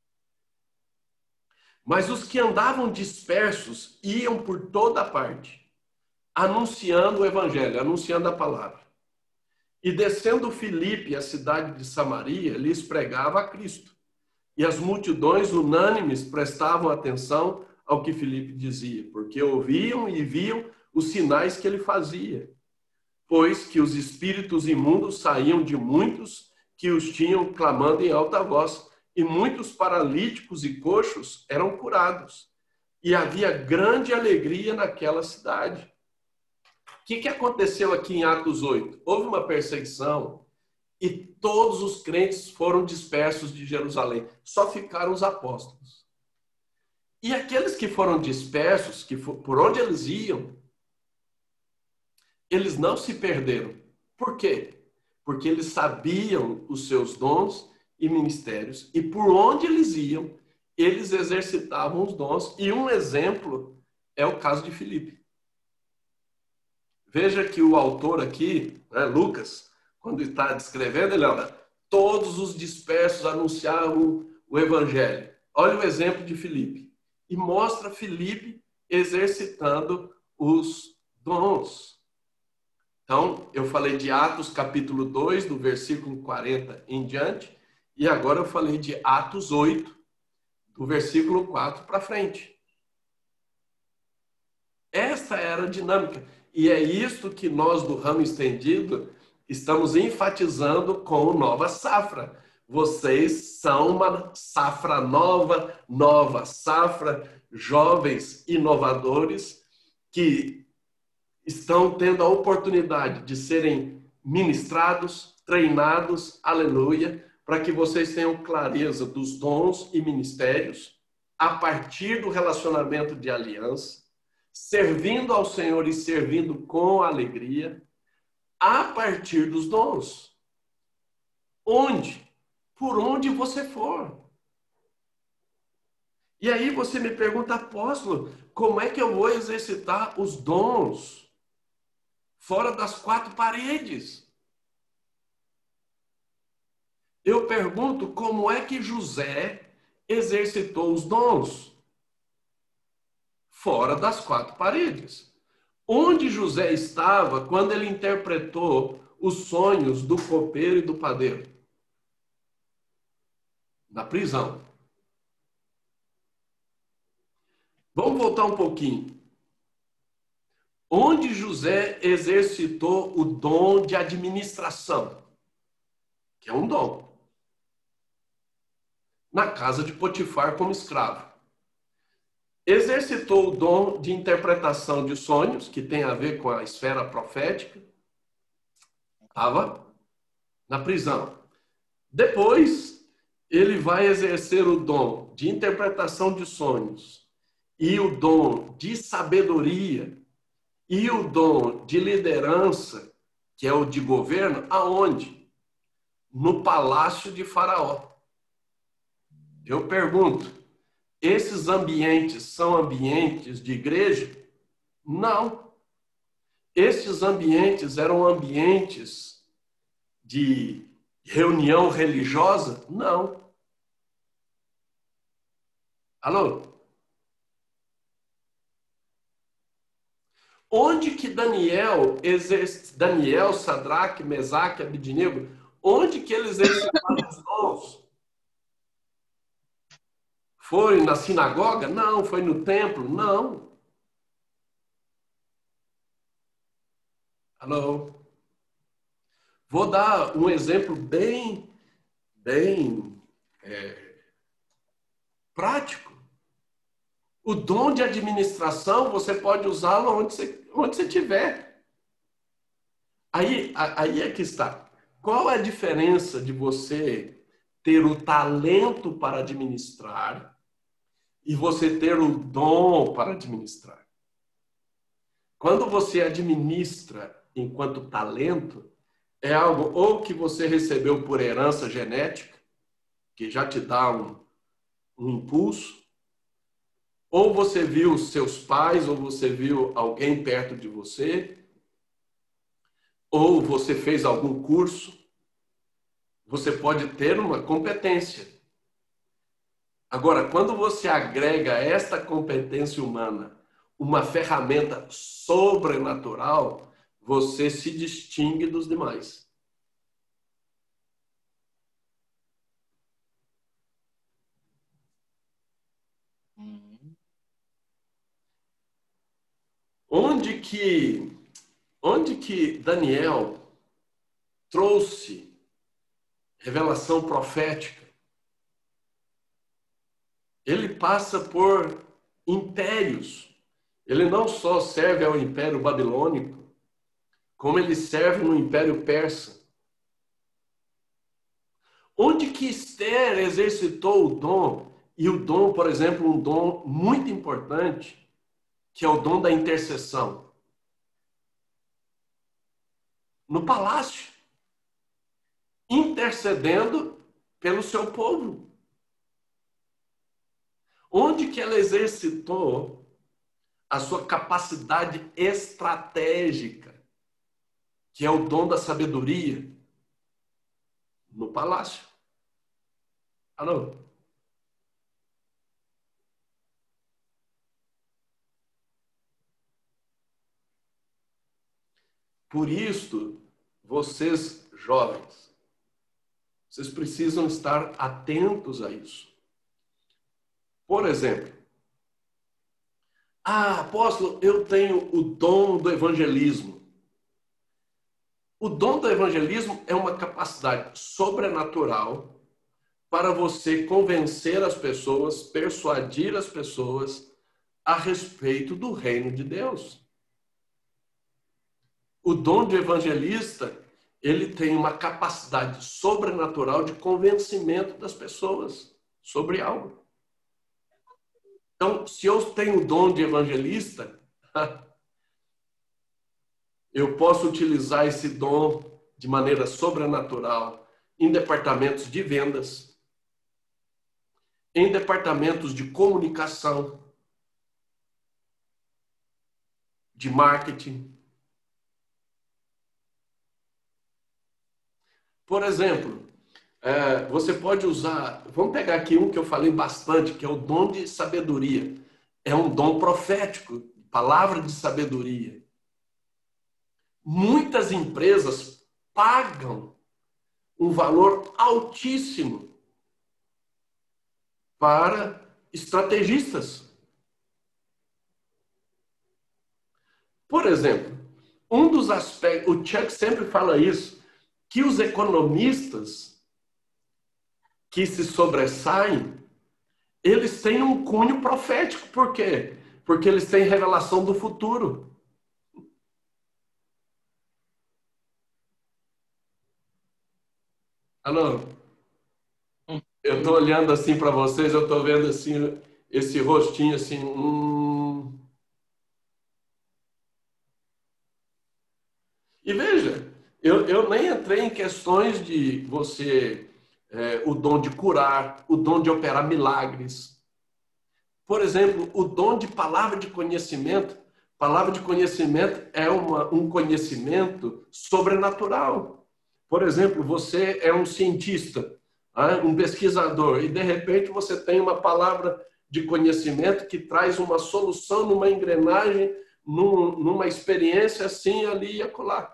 Mas os que andavam dispersos iam por toda parte, anunciando o evangelho, anunciando a palavra. E descendo Filipe, a cidade de Samaria, lhes pregava a Cristo. E as multidões unânimes prestavam atenção ao que Filipe dizia, porque ouviam e viam os sinais que ele fazia. Pois que os espíritos imundos saíam de muitos que os tinham clamando em alta voz, e muitos paralíticos e coxos eram curados. E havia grande alegria naquela cidade. O que, que aconteceu aqui em Atos oito? Houve uma perseguição e todos os crentes foram dispersos de Jerusalém. Só ficaram os apóstolos. E aqueles que foram dispersos, que for, por onde eles iam, eles não se perderam. Por quê? Porque eles sabiam os seus dons e ministérios, e por onde eles iam, eles exercitavam os dons, e um exemplo é o caso de Filipe. Veja que o autor aqui, né, Lucas, quando está descrevendo, ele olha, todos os dispersos anunciavam o evangelho. Olha o exemplo de Filipe. E mostra Filipe exercitando os dons. Então, eu falei de Atos capítulo dois, do versículo quarenta em diante, e agora eu falei de Atos oito, do versículo quatro para frente. Essa era a dinâmica. E é isto que nós do ramo estendido estamos enfatizando com o Nova Safra. Vocês são uma safra nova, nova safra, jovens inovadores que estão tendo a oportunidade de serem ministrados, treinados, aleluia, para que vocês tenham clareza dos dons e ministérios a partir do relacionamento de aliança, servindo ao Senhor e servindo com alegria, a partir dos dons. Onde? Por onde você for. E aí você me pergunta, apóstolo, como é que eu vou exercitar os dons fora das quatro paredes? Eu pergunto, como é que José exercitou os dons fora das quatro paredes? Onde José estava quando ele interpretou os sonhos do copeiro e do padeiro? Na prisão. Vamos voltar um pouquinho. Onde José exercitou o dom de administração, que é um dom? Na casa de Potifar como escravo. Exercitou o dom de interpretação de sonhos, que tem a ver com a esfera profética. Estava na prisão. Depois, ele vai exercer o dom de interpretação de sonhos e o dom de sabedoria e o dom de liderança, que é o de governo, aonde? No palácio de Faraó. Eu pergunto, esses ambientes são ambientes de igreja? Não. Estes ambientes eram ambientes de reunião religiosa? Não. Alô? Onde que Daniel, exerce, Daniel, Sadraque, Mesaque, Abidnego, onde que eles exercitaram os dons? Foi na sinagoga? Não. Foi no templo? Não. Alô? Vou dar um exemplo bem, bem é, prático. O dom de administração, você pode usá-lo onde você, onde você tiver. Aí, aí é que está. Qual é a diferença de você ter o talento para administrar e você ter o dom para administrar? Quando você administra enquanto talento, é algo ou que você recebeu por herança genética, que já te dá um, um impulso, ou você viu seus pais, ou você viu alguém perto de você, ou você fez algum curso, você pode ter uma competência. Agora, quando você agrega a esta competência humana uma ferramenta sobrenatural, você se distingue dos demais. Onde que, onde que Daniel trouxe revelação profética? Ele passa por impérios. Ele não só serve ao Império Babilônico, como ele serve no Império Persa. Onde que Esther exercitou o dom, e o dom, por exemplo, um dom muito importante, que é o dom da intercessão? No palácio, intercedendo pelo seu povo. Onde que ela exercitou a sua capacidade estratégica, que é o dom da sabedoria? No palácio. Alô? Por isso, vocês jovens, vocês precisam estar atentos a isso. Por exemplo, ah, apóstolo, eu tenho o dom do evangelismo. O dom do evangelismo é uma capacidade sobrenatural para você convencer as pessoas, persuadir as pessoas a respeito do reino de Deus. O dom de evangelista, ele tem uma capacidade sobrenatural de convencimento das pessoas sobre algo. Então, se eu tenho o dom de evangelista, eu posso utilizar esse dom de maneira sobrenatural em departamentos de vendas, em departamentos de comunicação, de marketing. Por exemplo, é, você pode usar... Vamos pegar aqui um que eu falei bastante, que é o dom de sabedoria. É um dom profético, palavra de sabedoria. Muitas empresas pagam um valor altíssimo para estrategistas. Por exemplo, um dos aspectos... O Chuck sempre fala isso, que os economistas que se sobressaem, eles têm um cunho profético. Por quê? Porque eles têm revelação do futuro. Alô? Eu estou olhando assim para vocês, eu estou vendo assim, esse rostinho assim... Hum... E veja... Eu, eu nem entrei em questões de você, é, o dom de curar, o dom de operar milagres. Por exemplo, o dom de palavra de conhecimento. Palavra de conhecimento é uma, um conhecimento sobrenatural. Por exemplo, você é um cientista, né, um pesquisador, e de repente você tem uma palavra de conhecimento que traz uma solução numa engrenagem num, numa experiência assim, ali e acolá.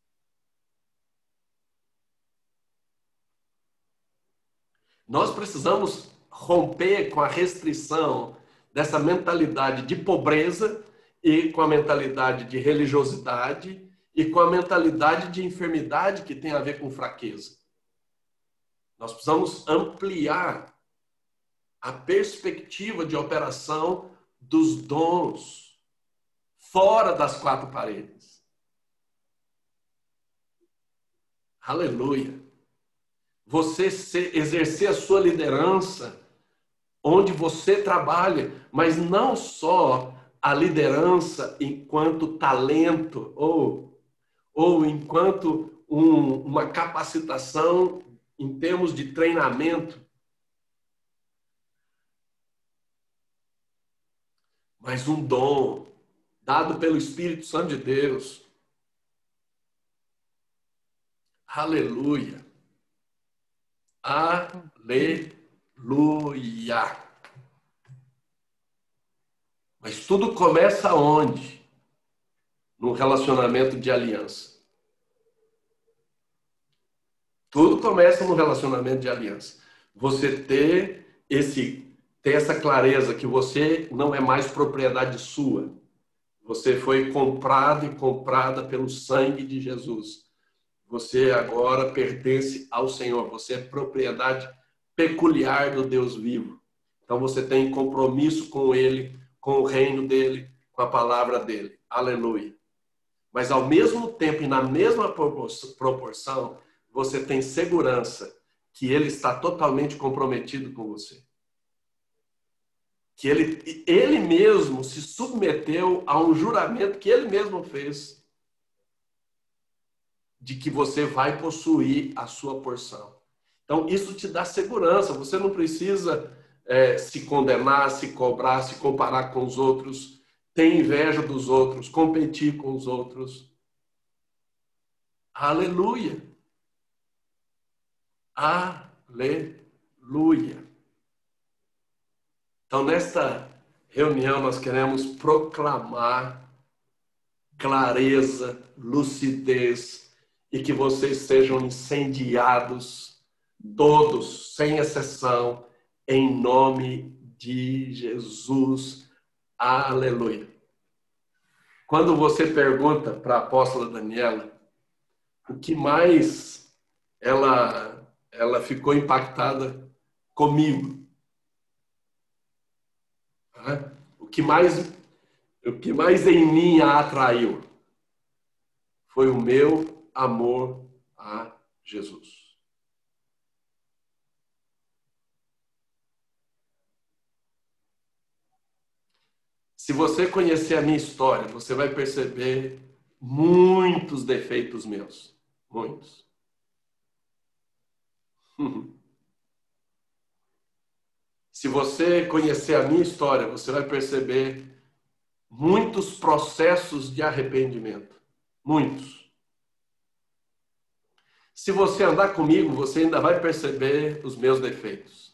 Nós precisamos romper com a restrição dessa mentalidade de pobreza e com a mentalidade de religiosidade e com a mentalidade de enfermidade que tem a ver com fraqueza. Nós precisamos ampliar a perspectiva de operação dos dons fora das quatro paredes. Aleluia! Você exercer a sua liderança onde você trabalha, mas não só a liderança enquanto talento ou, ou enquanto um, uma capacitação em termos de treinamento, mas um dom dado pelo Espírito Santo de Deus. Aleluia! Aleluia! Mas tudo começa onde? Num relacionamento de aliança. Tudo começa no relacionamento de aliança. Você ter, esse, ter essa clareza que você não é mais propriedade sua. Você foi comprado e comprada pelo sangue de Jesus. Você agora pertence ao Senhor. Você é propriedade peculiar do Deus vivo. Então você tem compromisso com Ele, com o reino dEle, com a palavra dEle. Aleluia. Mas ao mesmo tempo e na mesma proporção, você tem segurança que Ele está totalmente comprometido com você. Que Ele, ele mesmo se submeteu a um juramento que Ele mesmo fez de que você vai possuir a sua porção. Então, isso te dá segurança. Você não precisa é, se condenar, se cobrar, se comparar com os outros, ter inveja dos outros, competir com os outros. Aleluia! Aleluia! Então, nesta reunião, nós queremos proclamar clareza, lucidez, e que vocês sejam incendiados, todos, sem exceção, em nome de Jesus. Aleluia. Quando você pergunta para a apóstola Daniela o que mais ela, ela ficou impactada comigo, né? o, que mais, o que mais em mim a atraiu foi o meu amor a Jesus. Se você conhecer a minha história, você vai perceber muitos defeitos meus. Muitos. Se você conhecer a minha história, você vai perceber muitos processos de arrependimento. Muitos. Se você andar comigo, você ainda vai perceber os meus defeitos.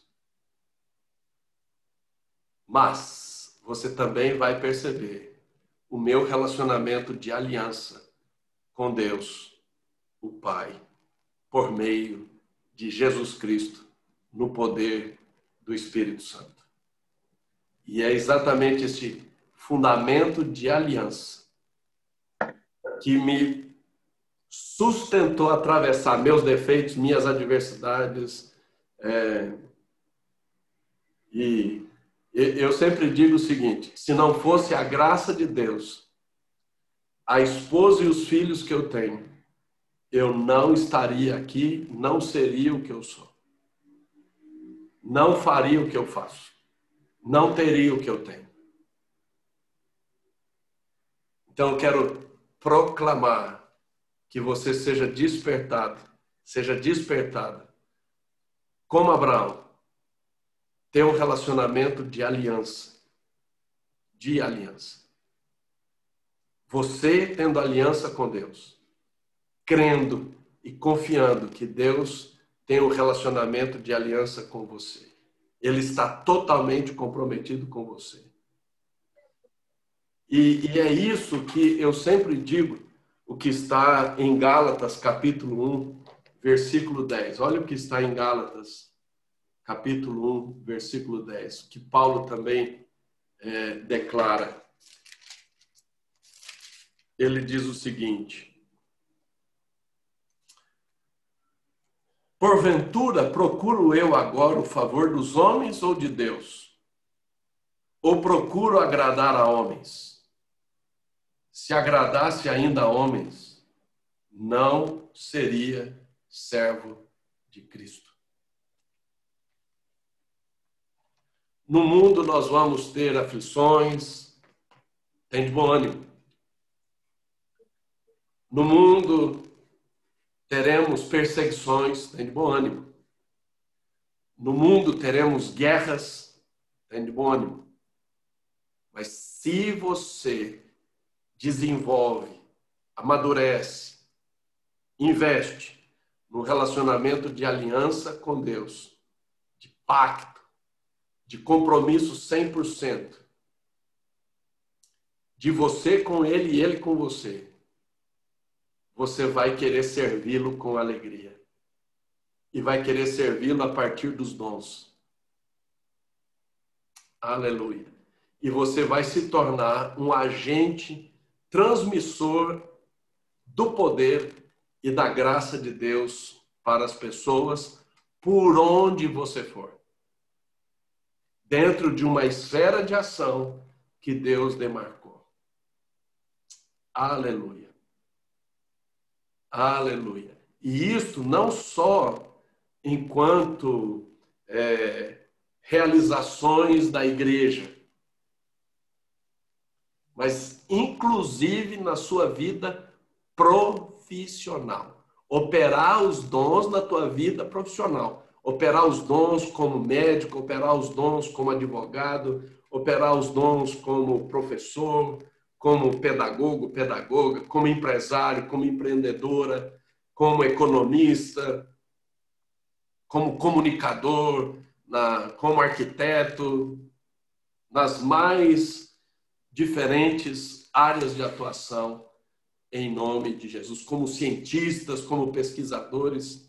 Mas você também vai perceber o meu relacionamento de aliança com Deus, o Pai, por meio de Jesus Cristo, no poder do Espírito Santo. E é exatamente esse fundamento de aliança que me sustentou a atravessar meus defeitos, minhas adversidades. É, e eu sempre digo o seguinte: se não fosse a graça de Deus, a esposa e os filhos que eu tenho, eu não estaria aqui, não seria o que eu sou. Não faria o que eu faço. Não teria o que eu tenho. Então eu quero proclamar que você seja despertado, seja despertada, como Abraão, ter um relacionamento de aliança. De aliança. Você tendo aliança com Deus, crendo e confiando que Deus tem um relacionamento de aliança com você. Ele está totalmente comprometido com você. E, e é isso que eu sempre digo, o que está em Gálatas, capítulo um, versículo dez. Olha o que está em Gálatas, capítulo um, versículo dez, que Paulo também é, declara. Ele diz o seguinte: porventura procuro eu agora o favor dos homens ou de Deus? Ou procuro agradar a homens? Se agradasse ainda a homens, não seria servo de Cristo. No mundo nós vamos ter aflições, tem de bom ânimo. No mundo teremos perseguições, tem de bom ânimo. No mundo teremos guerras, tem de bom ânimo. Mas se você desenvolve, amadurece, investe no relacionamento de aliança com Deus, de pacto, de compromisso cem por cento, de você com Ele e Ele com você, você vai querer servi-lo com alegria. E vai querer servi-lo a partir dos dons. Aleluia. E você vai se tornar um agente transmissor do poder e da graça de Deus para as pessoas por onde você for. Dentro de uma esfera de ação que Deus demarcou. Aleluia. Aleluia. E isso não só enquanto é, realizações da igreja, mas inclusive na sua vida profissional. Operar os dons na tua vida profissional. Operar os dons como médico, operar os dons como advogado, operar os dons como professor, como pedagogo, pedagoga, como empresário, como empreendedora, como economista, como comunicador, na, como arquiteto, nas mais diferentes áreas de atuação, em nome de Jesus, como cientistas, como pesquisadores.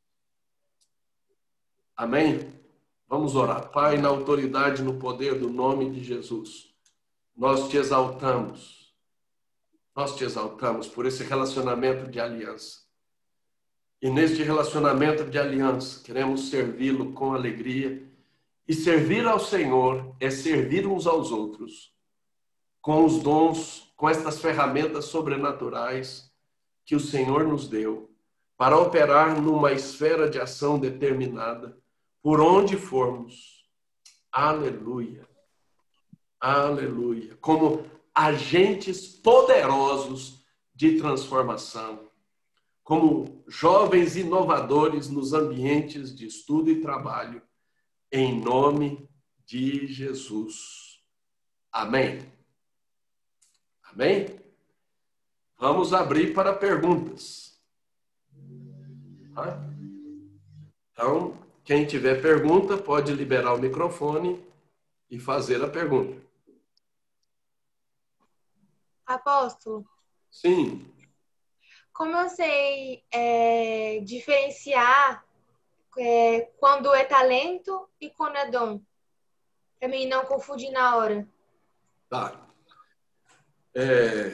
Amém? Vamos orar. Pai, na autoridade, no poder do nome de Jesus, nós te exaltamos. Nós te exaltamos por esse relacionamento de aliança. E neste relacionamento de aliança, queremos servi-lo com alegria. E servir ao Senhor é servir uns aos outros, com os dons, com estas ferramentas sobrenaturais que o Senhor nos deu, para operar numa esfera de ação determinada, por onde formos. Aleluia. Aleluia. Como agentes poderosos de transformação. Como jovens inovadores nos ambientes de estudo e trabalho. Em nome de Jesus. Amém. Amém? Vamos abrir para perguntas. Tá? Então, quem tiver pergunta pode liberar o microfone e fazer a pergunta. Apóstolo. Sim. Como eu sei é, diferenciar é, quando é talento e quando é dom? Para mim não confundir na hora. Tá. É,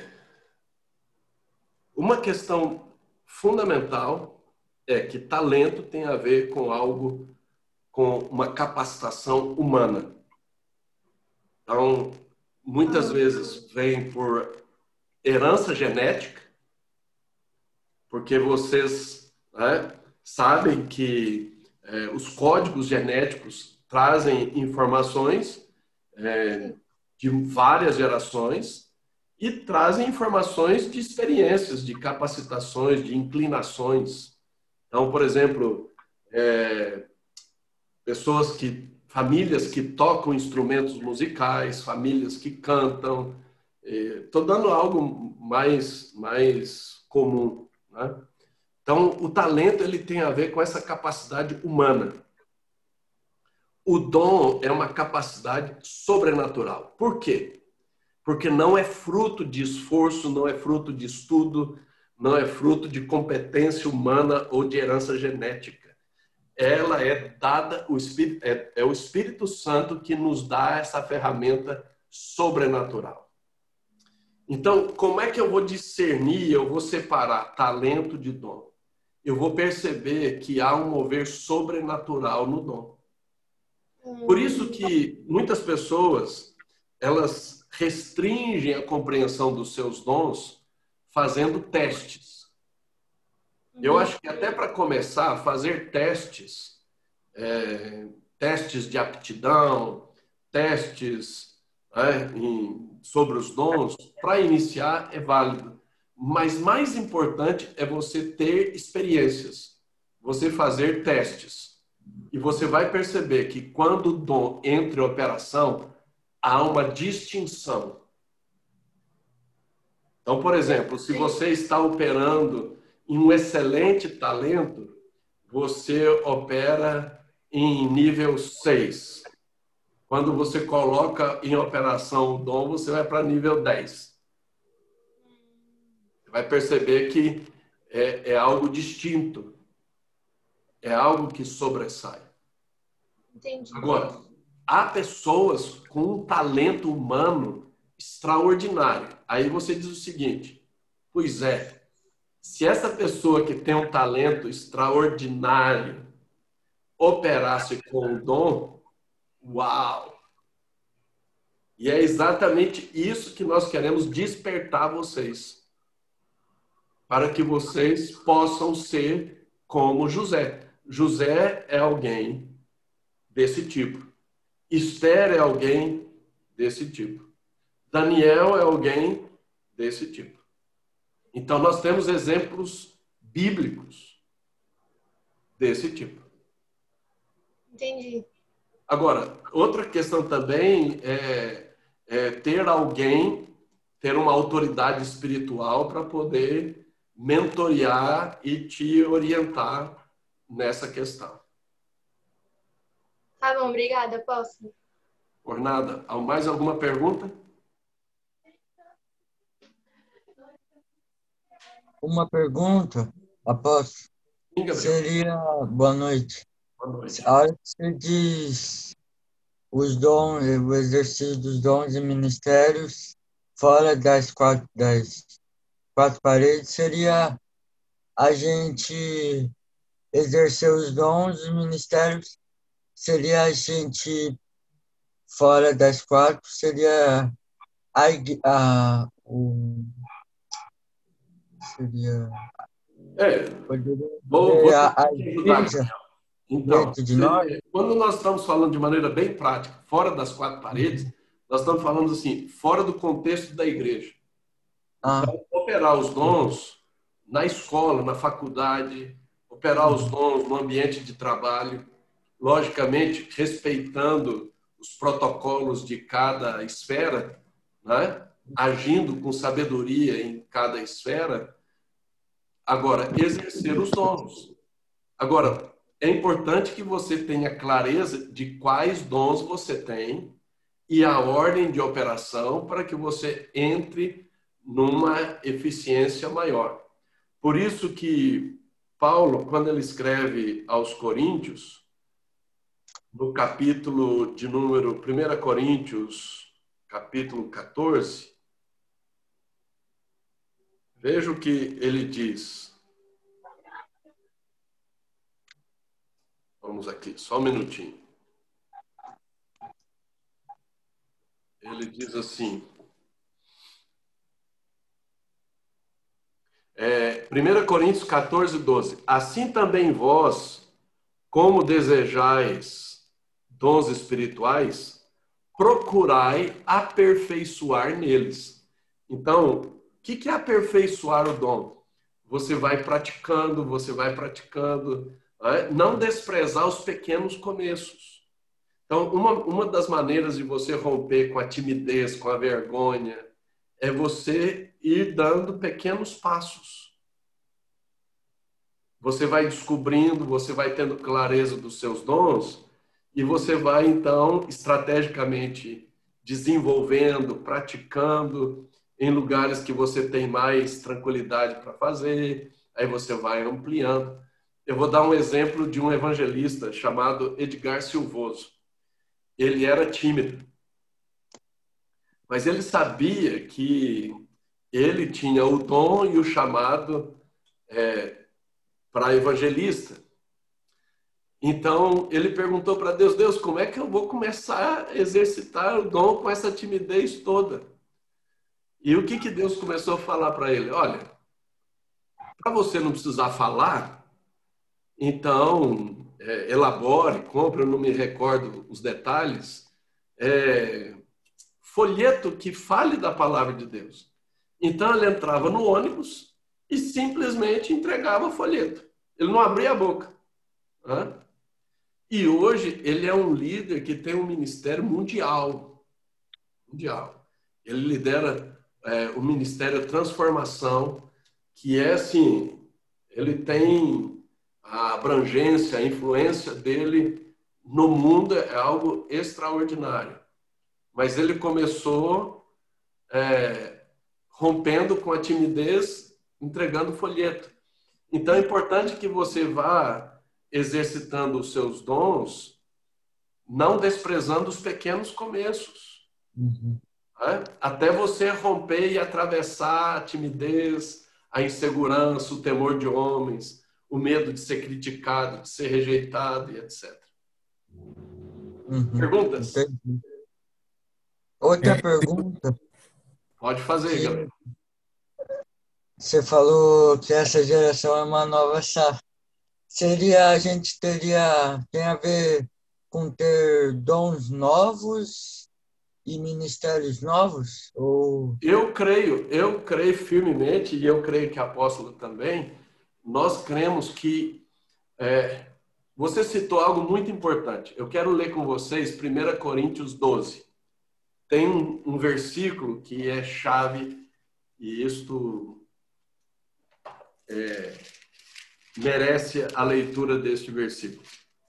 uma questão fundamental é que talento tem a ver com algo, com uma capacitação humana. Então, muitas vezes vem por herança genética, porque vocês, né, sabem que é, os códigos genéticos trazem informações é, de várias gerações e trazem informações de experiências, de capacitações, de inclinações. Então, por exemplo, é, pessoas que, famílias que tocam instrumentos musicais, famílias que cantam. Estou dando algo mais, mais comum, né? Então, o talento ele tem a ver com essa capacidade humana. O dom é uma capacidade sobrenatural. Por quê? Porque não é fruto de esforço, não é fruto de estudo, não é fruto de competência humana ou de herança genética. Ela é dada, o Espírito, é, é o Espírito Santo que nos dá essa ferramenta sobrenatural. Então, como é que eu vou discernir, eu vou separar talento de dom? Eu vou perceber que há um mover sobrenatural no dom. Por isso que muitas pessoas, elas restringem a compreensão dos seus dons fazendo testes. Eu acho que até para começar, fazer testes, é, testes de aptidão, testes é, em, sobre os dons, para iniciar é válido. Mas mais importante é você ter experiências, você fazer testes. E você vai perceber que quando o dom entra em operação, há uma distinção. Então, por exemplo, se você está operando em um excelente talento, você opera em nível seis. Quando você coloca em operação o dom, você vai para nível dez. Você vai perceber que é, é algo distinto. É algo que sobressai. Entendi. Agora, há pessoas com um talento humano extraordinário. Aí você diz o seguinte, pois é, se essa pessoa que tem um talento extraordinário operasse com o dom, uau! E é exatamente isso que nós queremos despertar vocês. Para que vocês possam ser como José. José é alguém desse tipo. Esther é alguém desse tipo. Daniel é alguém desse tipo. Então, nós temos exemplos bíblicos desse tipo. Entendi. Agora, outra questão também é, é ter alguém, ter uma autoridade espiritual para poder mentorear e te orientar nessa questão. Tá bom, obrigada. Posso? Por nada. Há mais alguma pergunta? Uma pergunta, após Sim, seria boa noite. Boa noite. A hora que você diz os dons, o exercício dos dons e ministérios fora das quatro, das quatro paredes, seria a gente exercer os dons e ministérios, seria a gente fora das quatro, seria a, a o seria É, poderia vou, vou a, a te ajudar, igreja Gabriel. Então, dentro de nós. se- quando nós estamos falando de maneira bem prática, fora das quatro paredes, nós estamos falando assim, fora do contexto da igreja. Ah, Então, operar os dons na escola, na faculdade, operar os dons no ambiente de trabalho, logicamente respeitando os protocolos de cada esfera, né? Agindo com sabedoria em cada esfera. Agora, exercer os dons. Agora, é importante que você tenha clareza de quais dons você tem e a ordem de operação para que você entre numa eficiência maior. Por isso que Paulo, quando ele escreve aos Coríntios, no capítulo de número primeira Coríntios, capítulo quatorze, veja o que ele diz. Vamos aqui, só um minutinho. Ele diz assim, é, primeira Coríntios quatorze, doze. Assim também vós, como desejais dons espirituais, procurai aperfeiçoar neles. Então, o que que é aperfeiçoar o dom? Você vai praticando, você vai praticando, né? Não desprezar os pequenos começos. Então, uma, uma das maneiras de você romper com a timidez, com a vergonha, é você ir dando pequenos passos. Você vai descobrindo, você vai tendo clareza dos seus dons e você vai, então, estrategicamente desenvolvendo, praticando em lugares que você tem mais tranquilidade para fazer, aí você vai ampliando. Eu vou dar um exemplo de um evangelista chamado Edgar Silvoso. Ele era tímido, mas ele sabia que ele tinha o dom e o chamado é, para evangelista. Então, ele perguntou para Deus, Deus, como é que eu vou começar a exercitar o dom com essa timidez toda? E o que, que Deus começou a falar para ele? Olha, para você não precisar falar, então, é, elabore, compre, eu não me recordo os detalhes, é, folheto que fale da palavra de Deus. Então, ele entrava no ônibus e simplesmente entregava o folheto. Ele não abria a boca. Né? E hoje, ele é um líder que tem um ministério mundial. Mundial. Ele lidera é, o Ministério Transformação, que é assim, ele tem a abrangência, a influência dele no mundo é algo extraordinário. Mas ele começou é, rompendo com a timidez, entregando folheto. Então é importante que você vá exercitando os seus dons, não desprezando os pequenos começos. Uhum. Né? Até você romper e atravessar a timidez, a insegurança, o temor de homens, o medo de ser criticado, de ser rejeitado e etcétera. Uhum. Perguntas? Entendi. Outra pergunta. Pode fazer, Gabriel. Você falou que essa geração é uma nova safra. Seria, a gente teria, tem a ver com ter dons novos e ministérios novos? Ou... Eu creio, eu creio firmemente, e eu creio que apóstolo também, nós cremos que é, você citou algo muito importante. Eu quero ler com vocês primeira Coríntios doze. Tem um, um versículo que é chave e isto é, merece a leitura deste versículo.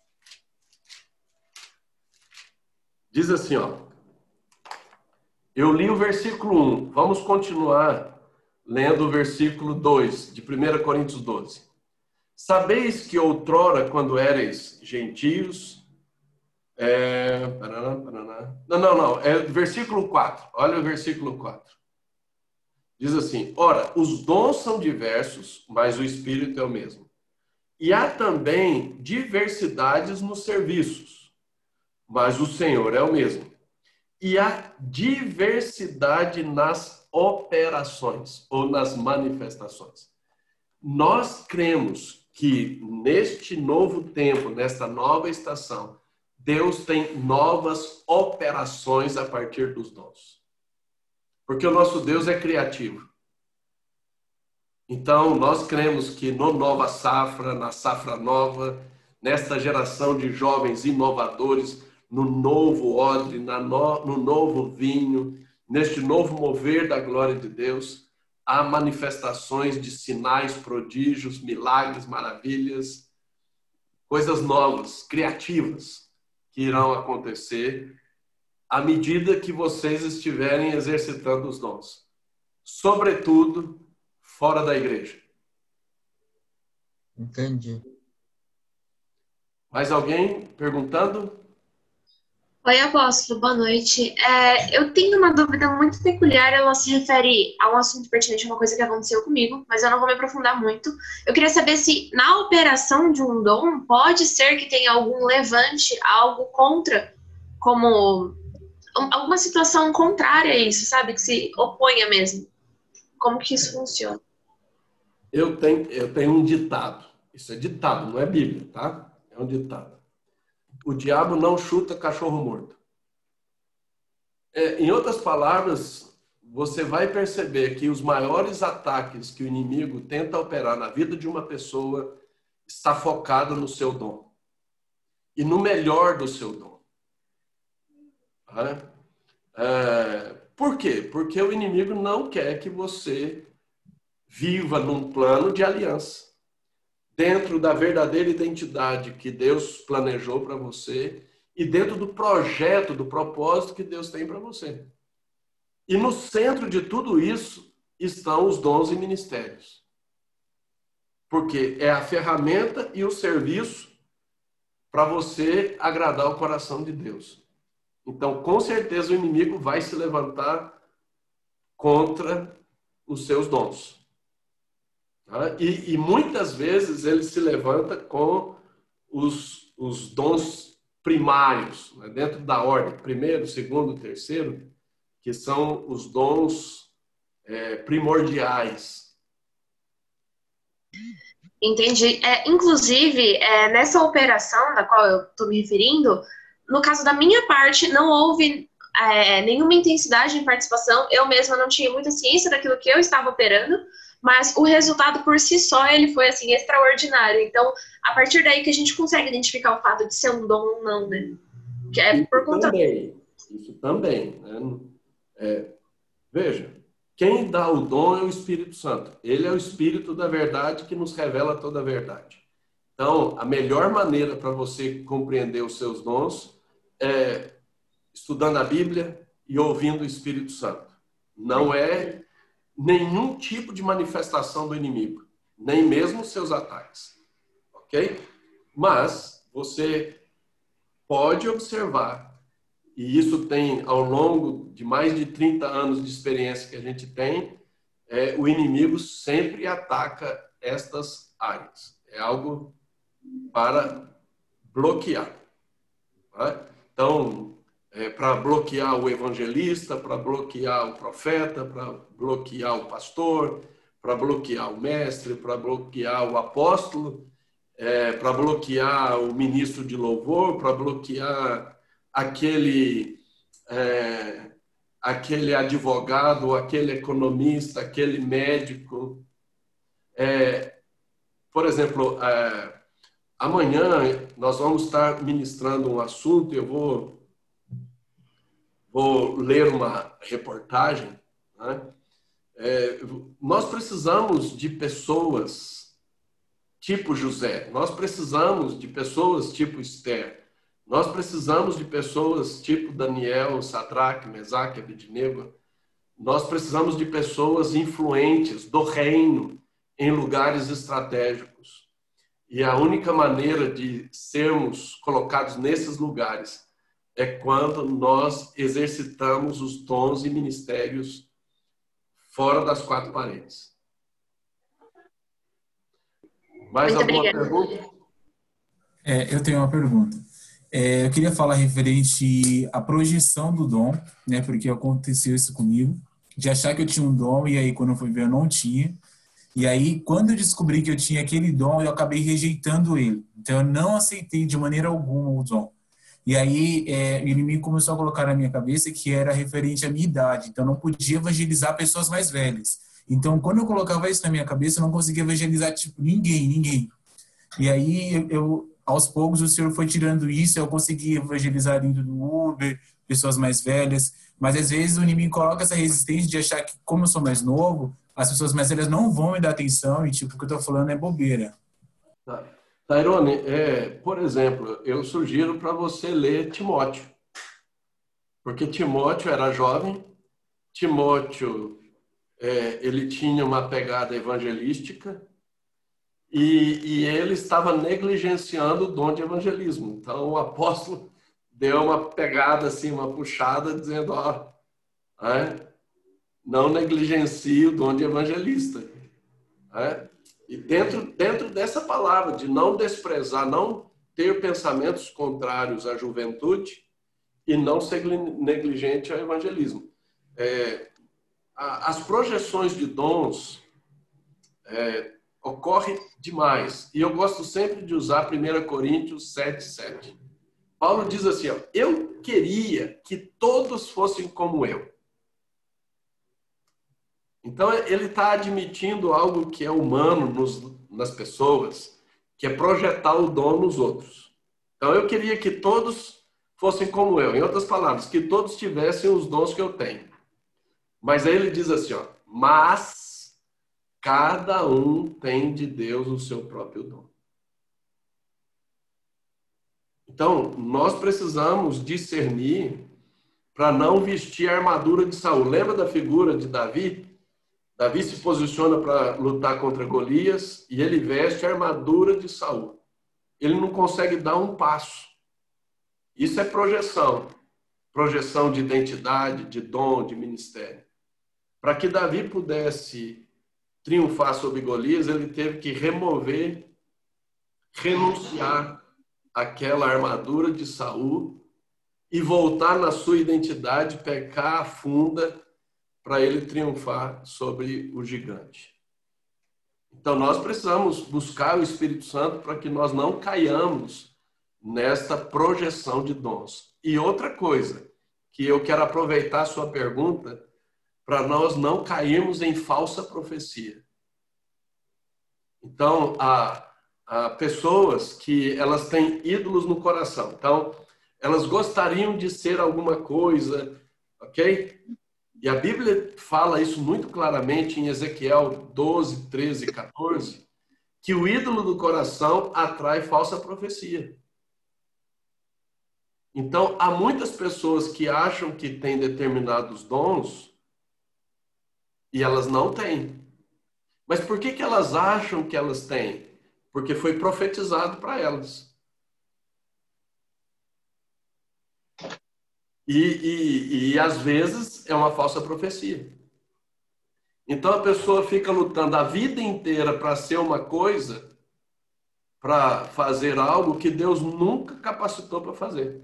Diz assim, ó. Eu li o versículo um. Vamos continuar lendo o versículo dois de primeira Coríntios doze. Sabeis que outrora, quando éreis gentios... É... Não, não, não. É versículo quatro. Olha o versículo quatro. Diz assim, ora, os dons são diversos, mas o Espírito é o mesmo. E há também diversidades nos serviços, mas o Senhor é o mesmo. E há diversidade nas operações ou nas manifestações. Nós cremos que neste novo tempo, nesta nova estação, Deus tem novas operações a partir dos dons. Porque o nosso Deus é criativo. Então, nós cremos que no Nova Safra, na Safra Nova, nesta geração de jovens inovadores, no novo odre, na no, no novo vinho, neste novo mover da glória de Deus, há manifestações de sinais, prodígios, milagres, maravilhas, coisas novas, criativas, que irão acontecer à medida que vocês estiverem exercitando os dons. Sobretudo, fora da igreja. Entendi. Mais alguém perguntando? Oi, apóstolo, boa noite. É, eu tenho uma dúvida muito peculiar, ela se refere a um assunto pertinente, uma coisa que aconteceu comigo, mas eu não vou me aprofundar muito. Eu queria saber se na operação de um dom pode ser que tenha algum levante, algo contra, como alguma situação contrária a isso, sabe? Que se oponha mesmo. Como que isso funciona? Eu tenho, eu tenho um ditado. Isso é ditado, não é Bíblia, tá? É um ditado. O diabo não chuta cachorro morto. É, em outras palavras, você vai perceber que os maiores ataques que o inimigo tenta operar na vida de uma pessoa está focado no seu dom. E no melhor do seu dom. É? É, por quê? Porque o inimigo não quer que você viva num plano de aliança. Dentro da verdadeira identidade que Deus planejou para você e dentro do projeto, do propósito que Deus tem para você. E no centro de tudo isso estão os dons e ministérios. Porque é a ferramenta e o serviço para você agradar o coração de Deus. Então, com certeza, o inimigo vai se levantar contra os seus dons. Tá? E, e muitas vezes ele se levanta com os, os dons primários, né? Dentro da ordem, primeiro, segundo, terceiro, que são os dons é, primordiais. Entendi. É, inclusive, é, nessa operação da qual eu estou me referindo, no caso da minha parte, não houve é, nenhuma intensidade em participação. Eu mesma não tinha muita ciência daquilo que eu estava operando, mas o resultado por si só ele foi assim extraordinário. Então, a partir daí que a gente consegue identificar o fato de ser um dom ou não, né? Que é por conta também, isso também, né? É, veja, quem dá o dom é o Espírito Santo. Ele é o Espírito da verdade que nos revela toda a verdade. Então, a melhor maneira para você compreender os seus dons é estudando a Bíblia e ouvindo o Espírito Santo. Não é nenhum tipo de manifestação do inimigo, nem mesmo os seus ataques. Ok? Mas você pode observar, e isso tem, ao longo de mais de trinta anos de experiência que a gente tem, é, o inimigo sempre ataca estas áreas. É algo para bloquear. Tá? Então, é, para bloquear o evangelista, para bloquear o profeta, para bloquear o pastor, para bloquear o mestre, para bloquear o apóstolo, é, para bloquear o ministro de louvor, para bloquear aquele, é, aquele advogado, aquele economista, aquele médico. É, por exemplo, é, amanhã nós vamos estar ministrando um assunto, eu vou, vou ler uma reportagem, né? É, nós precisamos de pessoas tipo José, nós precisamos de pessoas tipo Esther, nós precisamos de pessoas tipo Daniel, Sadraque, Mesaque, Abednego. Nós precisamos de pessoas influentes do reino em lugares estratégicos. E a única maneira de sermos colocados nesses lugares é quando nós exercitamos os dons e ministérios fora das quatro paredes. Mais Muito alguma obrigada. pergunta? É, eu tenho uma pergunta. É, eu queria falar referente à projeção do dom, né? Porque aconteceu isso comigo, de achar que eu tinha um dom e aí quando eu fui ver eu não tinha. E aí quando eu descobri que eu tinha aquele dom, eu acabei rejeitando ele. Então eu não aceitei de maneira alguma o dom. E aí é, o inimigo começou a colocar na minha cabeça que era referente à minha idade. Então eu não podia evangelizar pessoas mais velhas. Então quando eu colocava isso na minha cabeça, eu não conseguia evangelizar tipo ninguém, ninguém. E aí eu, eu aos poucos o Senhor foi tirando isso, eu consegui evangelizar dentro do Uber, pessoas mais velhas, mas às vezes o inimigo coloca essa resistência de achar que, como eu sou mais novo, as pessoas mais velhas não vão me dar atenção e tipo, o que eu tô falando é bobeira. Tá. Tairone, é, por exemplo, eu sugiro para você ler Timóteo, porque Timóteo era jovem, Timóteo é, ele tinha uma pegada evangelística, E, e ele estava negligenciando o dom de evangelismo. Então, o apóstolo deu uma pegada, assim, uma puxada, dizendo, ó, é, não negligencie o dom de evangelista. É? E dentro, dentro dessa palavra, de não desprezar, não ter pensamentos contrários à juventude e não ser negligente ao evangelismo. É, a, as projeções de dons... É, ocorre demais. E eu gosto sempre de usar primeira Coríntios sete, sete. Paulo diz assim, ó, eu queria que todos fossem como eu. Então, ele está admitindo algo que é humano nos, nas pessoas, que é projetar o dom nos outros. Então, eu queria que todos fossem como eu. Em outras palavras, que todos tivessem os dons que eu tenho. Mas aí ele diz assim, ó, mas... cada um tem de Deus o seu próprio dom. Então, nós precisamos discernir para não vestir a armadura de Saul. Lembra da figura de Davi? Davi se posiciona para lutar contra Golias e ele veste a armadura de Saul. Ele não consegue dar um passo. Isso é projeção. Projeção de identidade, de dom, de ministério. Para que Davi pudesse triunfar sobre Golias, ele teve que remover, renunciar àquela armadura de Saul e voltar na sua identidade, pecar a funda para ele triunfar sobre o gigante. Então nós precisamos buscar o Espírito Santo para que nós não caiamos nesta projeção de dons. E outra coisa, que eu quero aproveitar a sua pergunta, para nós não cairmos em falsa profecia. Então, há, há pessoas que elas têm ídolos no coração. Então, elas gostariam de ser alguma coisa, ok? E a Bíblia fala isso muito claramente em Ezequiel doze, treze, quatorze, que o ídolo do coração atrai falsa profecia. Então, há muitas pessoas que acham que têm determinados dons e elas não têm. Mas por que que elas acham que elas têm? Porque foi profetizado para elas. E, e, e, às vezes, é uma falsa profecia. Então, a pessoa fica lutando a vida inteira para ser uma coisa, para fazer algo que Deus nunca capacitou para fazer.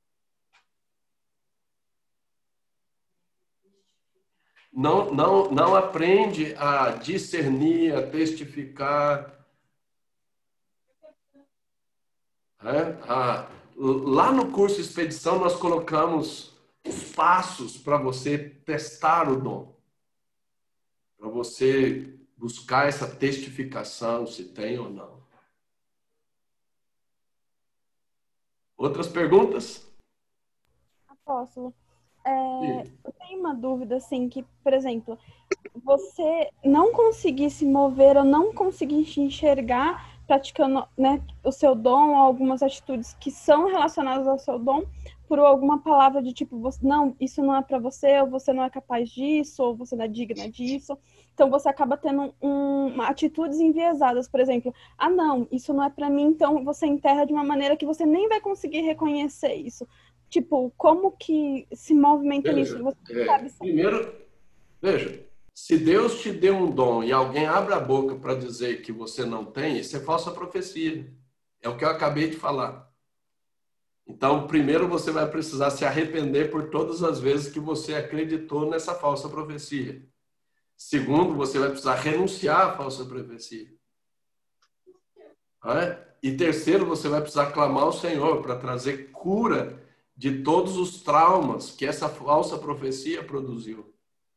Não, não, não aprende a discernir, a testificar. É? A, lá no curso Expedição, nós colocamos os passos para você testar o dom. Para você buscar essa testificação, se tem ou não. Outras perguntas? Apóstolo, é, eu tenho uma dúvida, assim, que, por exemplo, você não conseguir se mover ou não conseguir te enxergar praticando, né, o seu dom ou algumas atitudes que são relacionadas ao seu dom por alguma palavra de tipo, você, não, isso não é para você, ou você não é capaz disso, ou você não é digna disso. Então você acaba tendo um, atitudes enviesadas, por exemplo, ah não, isso não é para mim, então você enterra de uma maneira que você nem vai conseguir reconhecer isso. Tipo, como que se movimenta Veja, nisso? Você é, sabe, primeiro, veja, se Deus te deu um dom e alguém abre a boca para dizer que você não tem, isso é falsa profecia. É o que eu acabei de falar. Então, primeiro você vai precisar se arrepender por todas as vezes que você acreditou nessa falsa profecia. Segundo, você vai precisar renunciar à falsa profecia. É? E terceiro, você vai precisar clamar ao Senhor para trazer cura de todos os traumas que essa falsa profecia produziu.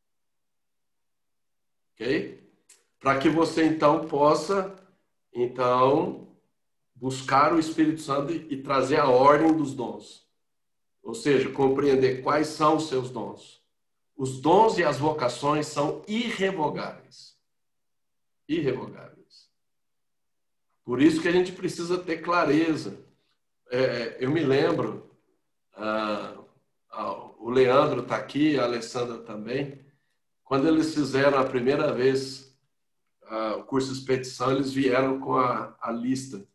Ok? Para que você então possa então buscar o Espírito Santo e trazer a ordem dos dons. Ou seja, compreender quais são os seus dons. Os dons e as vocações são irrevogáveis. Irrevogáveis. Por isso que a gente precisa ter clareza. É, eu me lembro, ah, ah, o Leandro está aqui, a Alessandra também. Quando eles fizeram a primeira vez uh, o curso de expedição, eles vieram com a, a lista.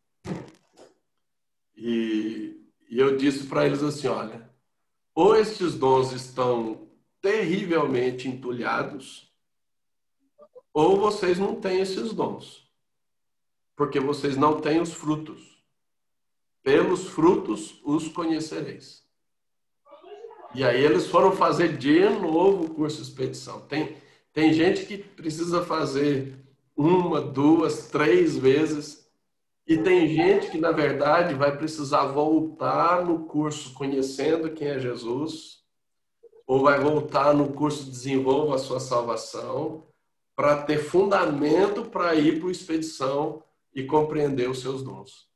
E, e eu disse para eles assim, olha, ou estes dons estão terrivelmente entulhados, ou vocês não têm esses dons. Porque vocês não têm os frutos. Pelos frutos os conhecereis. E aí eles foram fazer de novo o curso de expedição. Tem, tem gente que precisa fazer uma, duas, três vezes. E tem gente que, na verdade, vai precisar voltar no curso Conhecendo Quem é Jesus, ou vai voltar no curso Desenvolva a Sua Salvação, para ter fundamento para ir para a expedição e compreender os seus dons.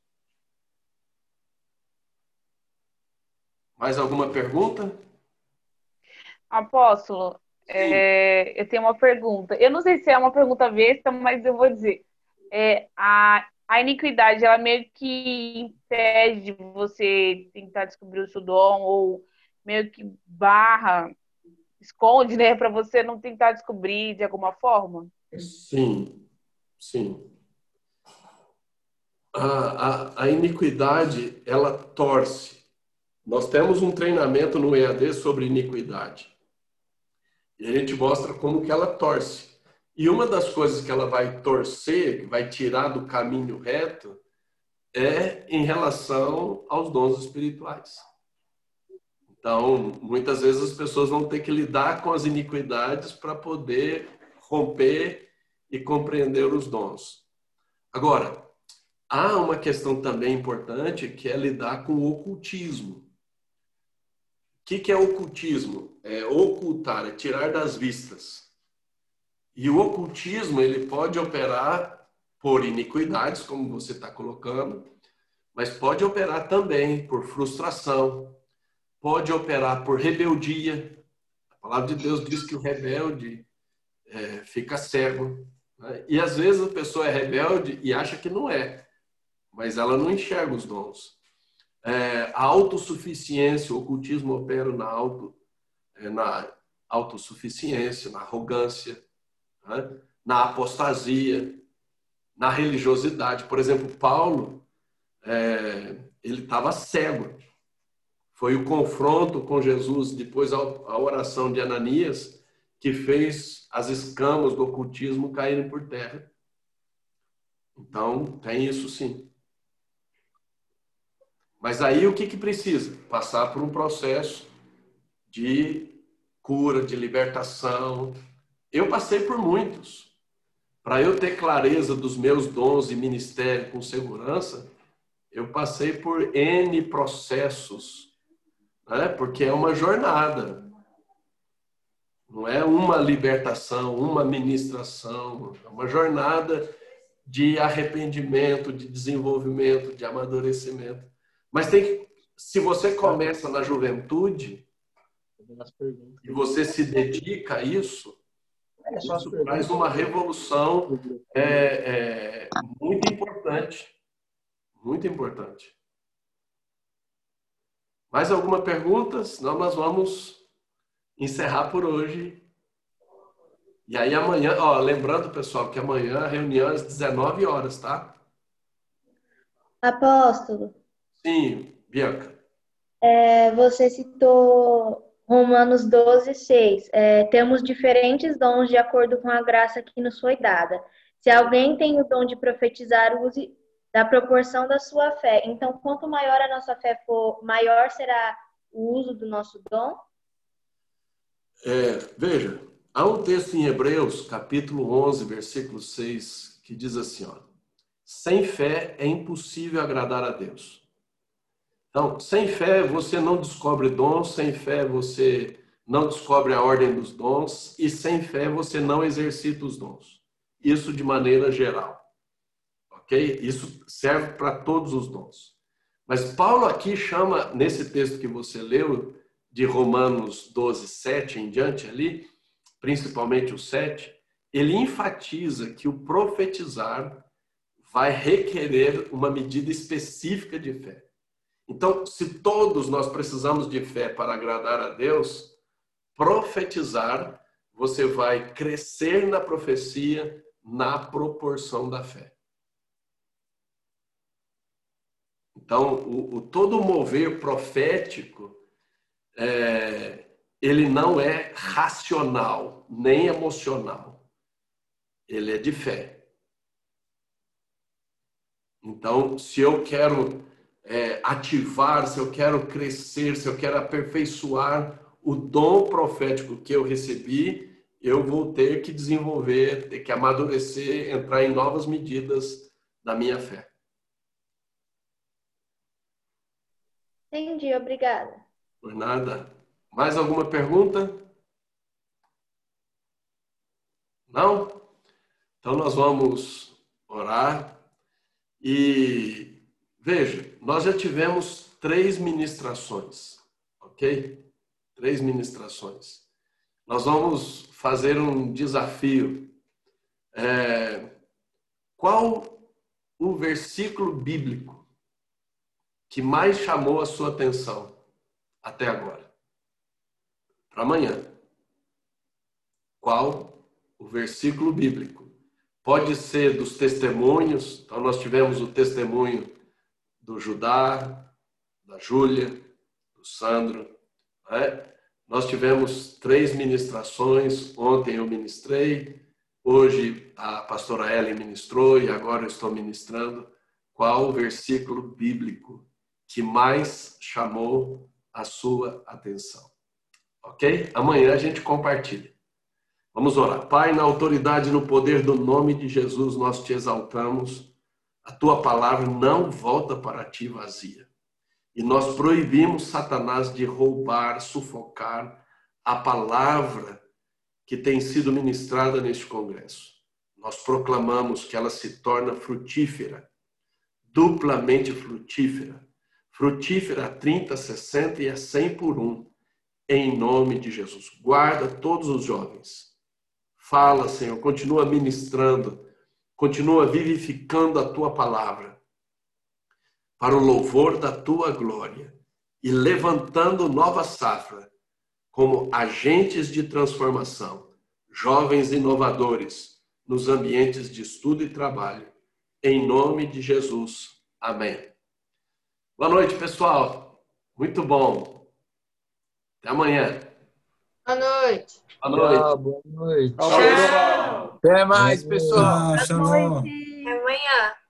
Mais alguma pergunta? Apóstolo, é, eu tenho uma pergunta. Eu não sei se é uma pergunta besta, mas eu vou dizer. É, a, a a iniquidade, ela meio que impede de você tentar descobrir o seu dom, ou meio que barra, esconde, né, para você não tentar descobrir de alguma forma? Sim, sim. A, a, a iniquidade, ela torce. Nós temos um treinamento no E A D sobre iniquidade. E a gente mostra como que ela torce. E uma das coisas que ela vai torcer, que vai tirar do caminho reto, é em relação aos dons espirituais. Então, muitas vezes as pessoas vão ter que lidar com as iniquidades para poder romper e compreender os dons. Agora, há uma questão também importante que é lidar com o ocultismo. O que, que é ocultismo? É ocultar, é tirar das vistas. E o ocultismo, ele pode operar por iniquidades, como você está colocando, mas pode operar também por frustração, pode operar por rebeldia. A palavra de Deus diz que o rebelde é, fica cego, né? E às vezes a pessoa é rebelde e acha que não é, mas ela não enxerga os dons. É, a autossuficiência, o ocultismo opera na, auto, é, na autossuficiência, na arrogância, né? Na apostasia, na religiosidade. Por exemplo, Paulo, é, ele estava cego. Foi o confronto com Jesus, depois a, a oração de Ananias, que fez as escamas do ocultismo caírem por terra. Então, tem isso sim. Mas aí o que, que precisa? Passar por um processo de cura, de libertação. Eu passei por muitos. Para eu ter clareza dos meus dons e ministério com segurança, eu passei por N processos, né? Porque é uma jornada. Não é uma libertação, uma ministração. É uma jornada de arrependimento, de desenvolvimento, de amadurecimento. Mas tem que, se você começa na juventude e você se dedica a isso, isso traz uma revolução é, é, muito importante. Muito importante. Mais alguma pergunta? Senão nós vamos encerrar por hoje. E aí amanhã, ó, lembrando, pessoal, que amanhã a reunião é às dezenove horas, tá? Apóstolo. Sim, Bianca. É, você citou Romanos doze, seis. É, temos diferentes dons de acordo com a graça que nos foi dada. Se alguém tem o dom de profetizar, use da proporção da sua fé. Então, quanto maior a nossa fé for, maior será o uso do nosso dom? É, veja, há um texto em Hebreus, capítulo onze, versículo seis, que diz assim, ó, sem fé é impossível agradar a Deus. Então, sem fé você não descobre dons, sem fé você não descobre a ordem dos dons e sem fé você não exercita os dons. Isso de maneira geral. Ok? Isso serve para todos os dons. Mas Paulo aqui chama, nesse texto que você leu, de Romanos doze, sete em diante ali, principalmente o sete, ele enfatiza que o profetizar vai requerer uma medida específica de fé. Então, se todos nós precisamos de fé para agradar a Deus, profetizar, você vai crescer na profecia na proporção da fé. Então, o, o todo o mover profético, é, ele não é racional, nem emocional. Ele é de fé. Então, se eu quero é, ativar, se eu quero crescer, se eu quero aperfeiçoar o dom profético que eu recebi, eu vou ter que desenvolver, ter que amadurecer, entrar em novas medidas da minha fé. Entendi, obrigada. Por nada. Mais alguma pergunta? Não? Então nós vamos orar. E veja, nós já tivemos três ministrações, ok? Três ministrações. Nós vamos fazer um desafio. É, qual o versículo bíblico que mais chamou a sua atenção até agora? Para amanhã. Qual o versículo bíblico? Pode ser dos testemunhos. Então, nós tivemos o testemunho do Judá, da Júlia, do Sandro. Né? Nós tivemos três ministrações. Ontem eu ministrei, hoje a pastora Ellen ministrou e agora eu estou ministrando. Qual o versículo bíblico que mais chamou a sua atenção? Ok? Amanhã a gente compartilha. Vamos orar. Pai, na autoridade e no poder do nome de Jesus, nós te exaltamos. A tua palavra não volta para ti vazia. E nós proibimos Satanás de roubar, sufocar a palavra que tem sido ministrada neste congresso. Nós proclamamos que ela se torna frutífera, duplamente frutífera. Frutífera a trinta, sessenta e a cem por um. Em nome de Jesus. Guarda todos os jovens. Fala, Senhor, continua ministrando, continua vivificando a tua palavra para o louvor da tua glória e levantando nova safra como agentes de transformação, jovens inovadores nos ambientes de estudo e trabalho. Em nome de Jesus. Amém. Boa noite, pessoal. Muito bom. Até amanhã. Boa noite. Boa noite. Tchau, boa noite. Tchau. Até mais, pessoal. Tchau, Boa noite. Até amanhã.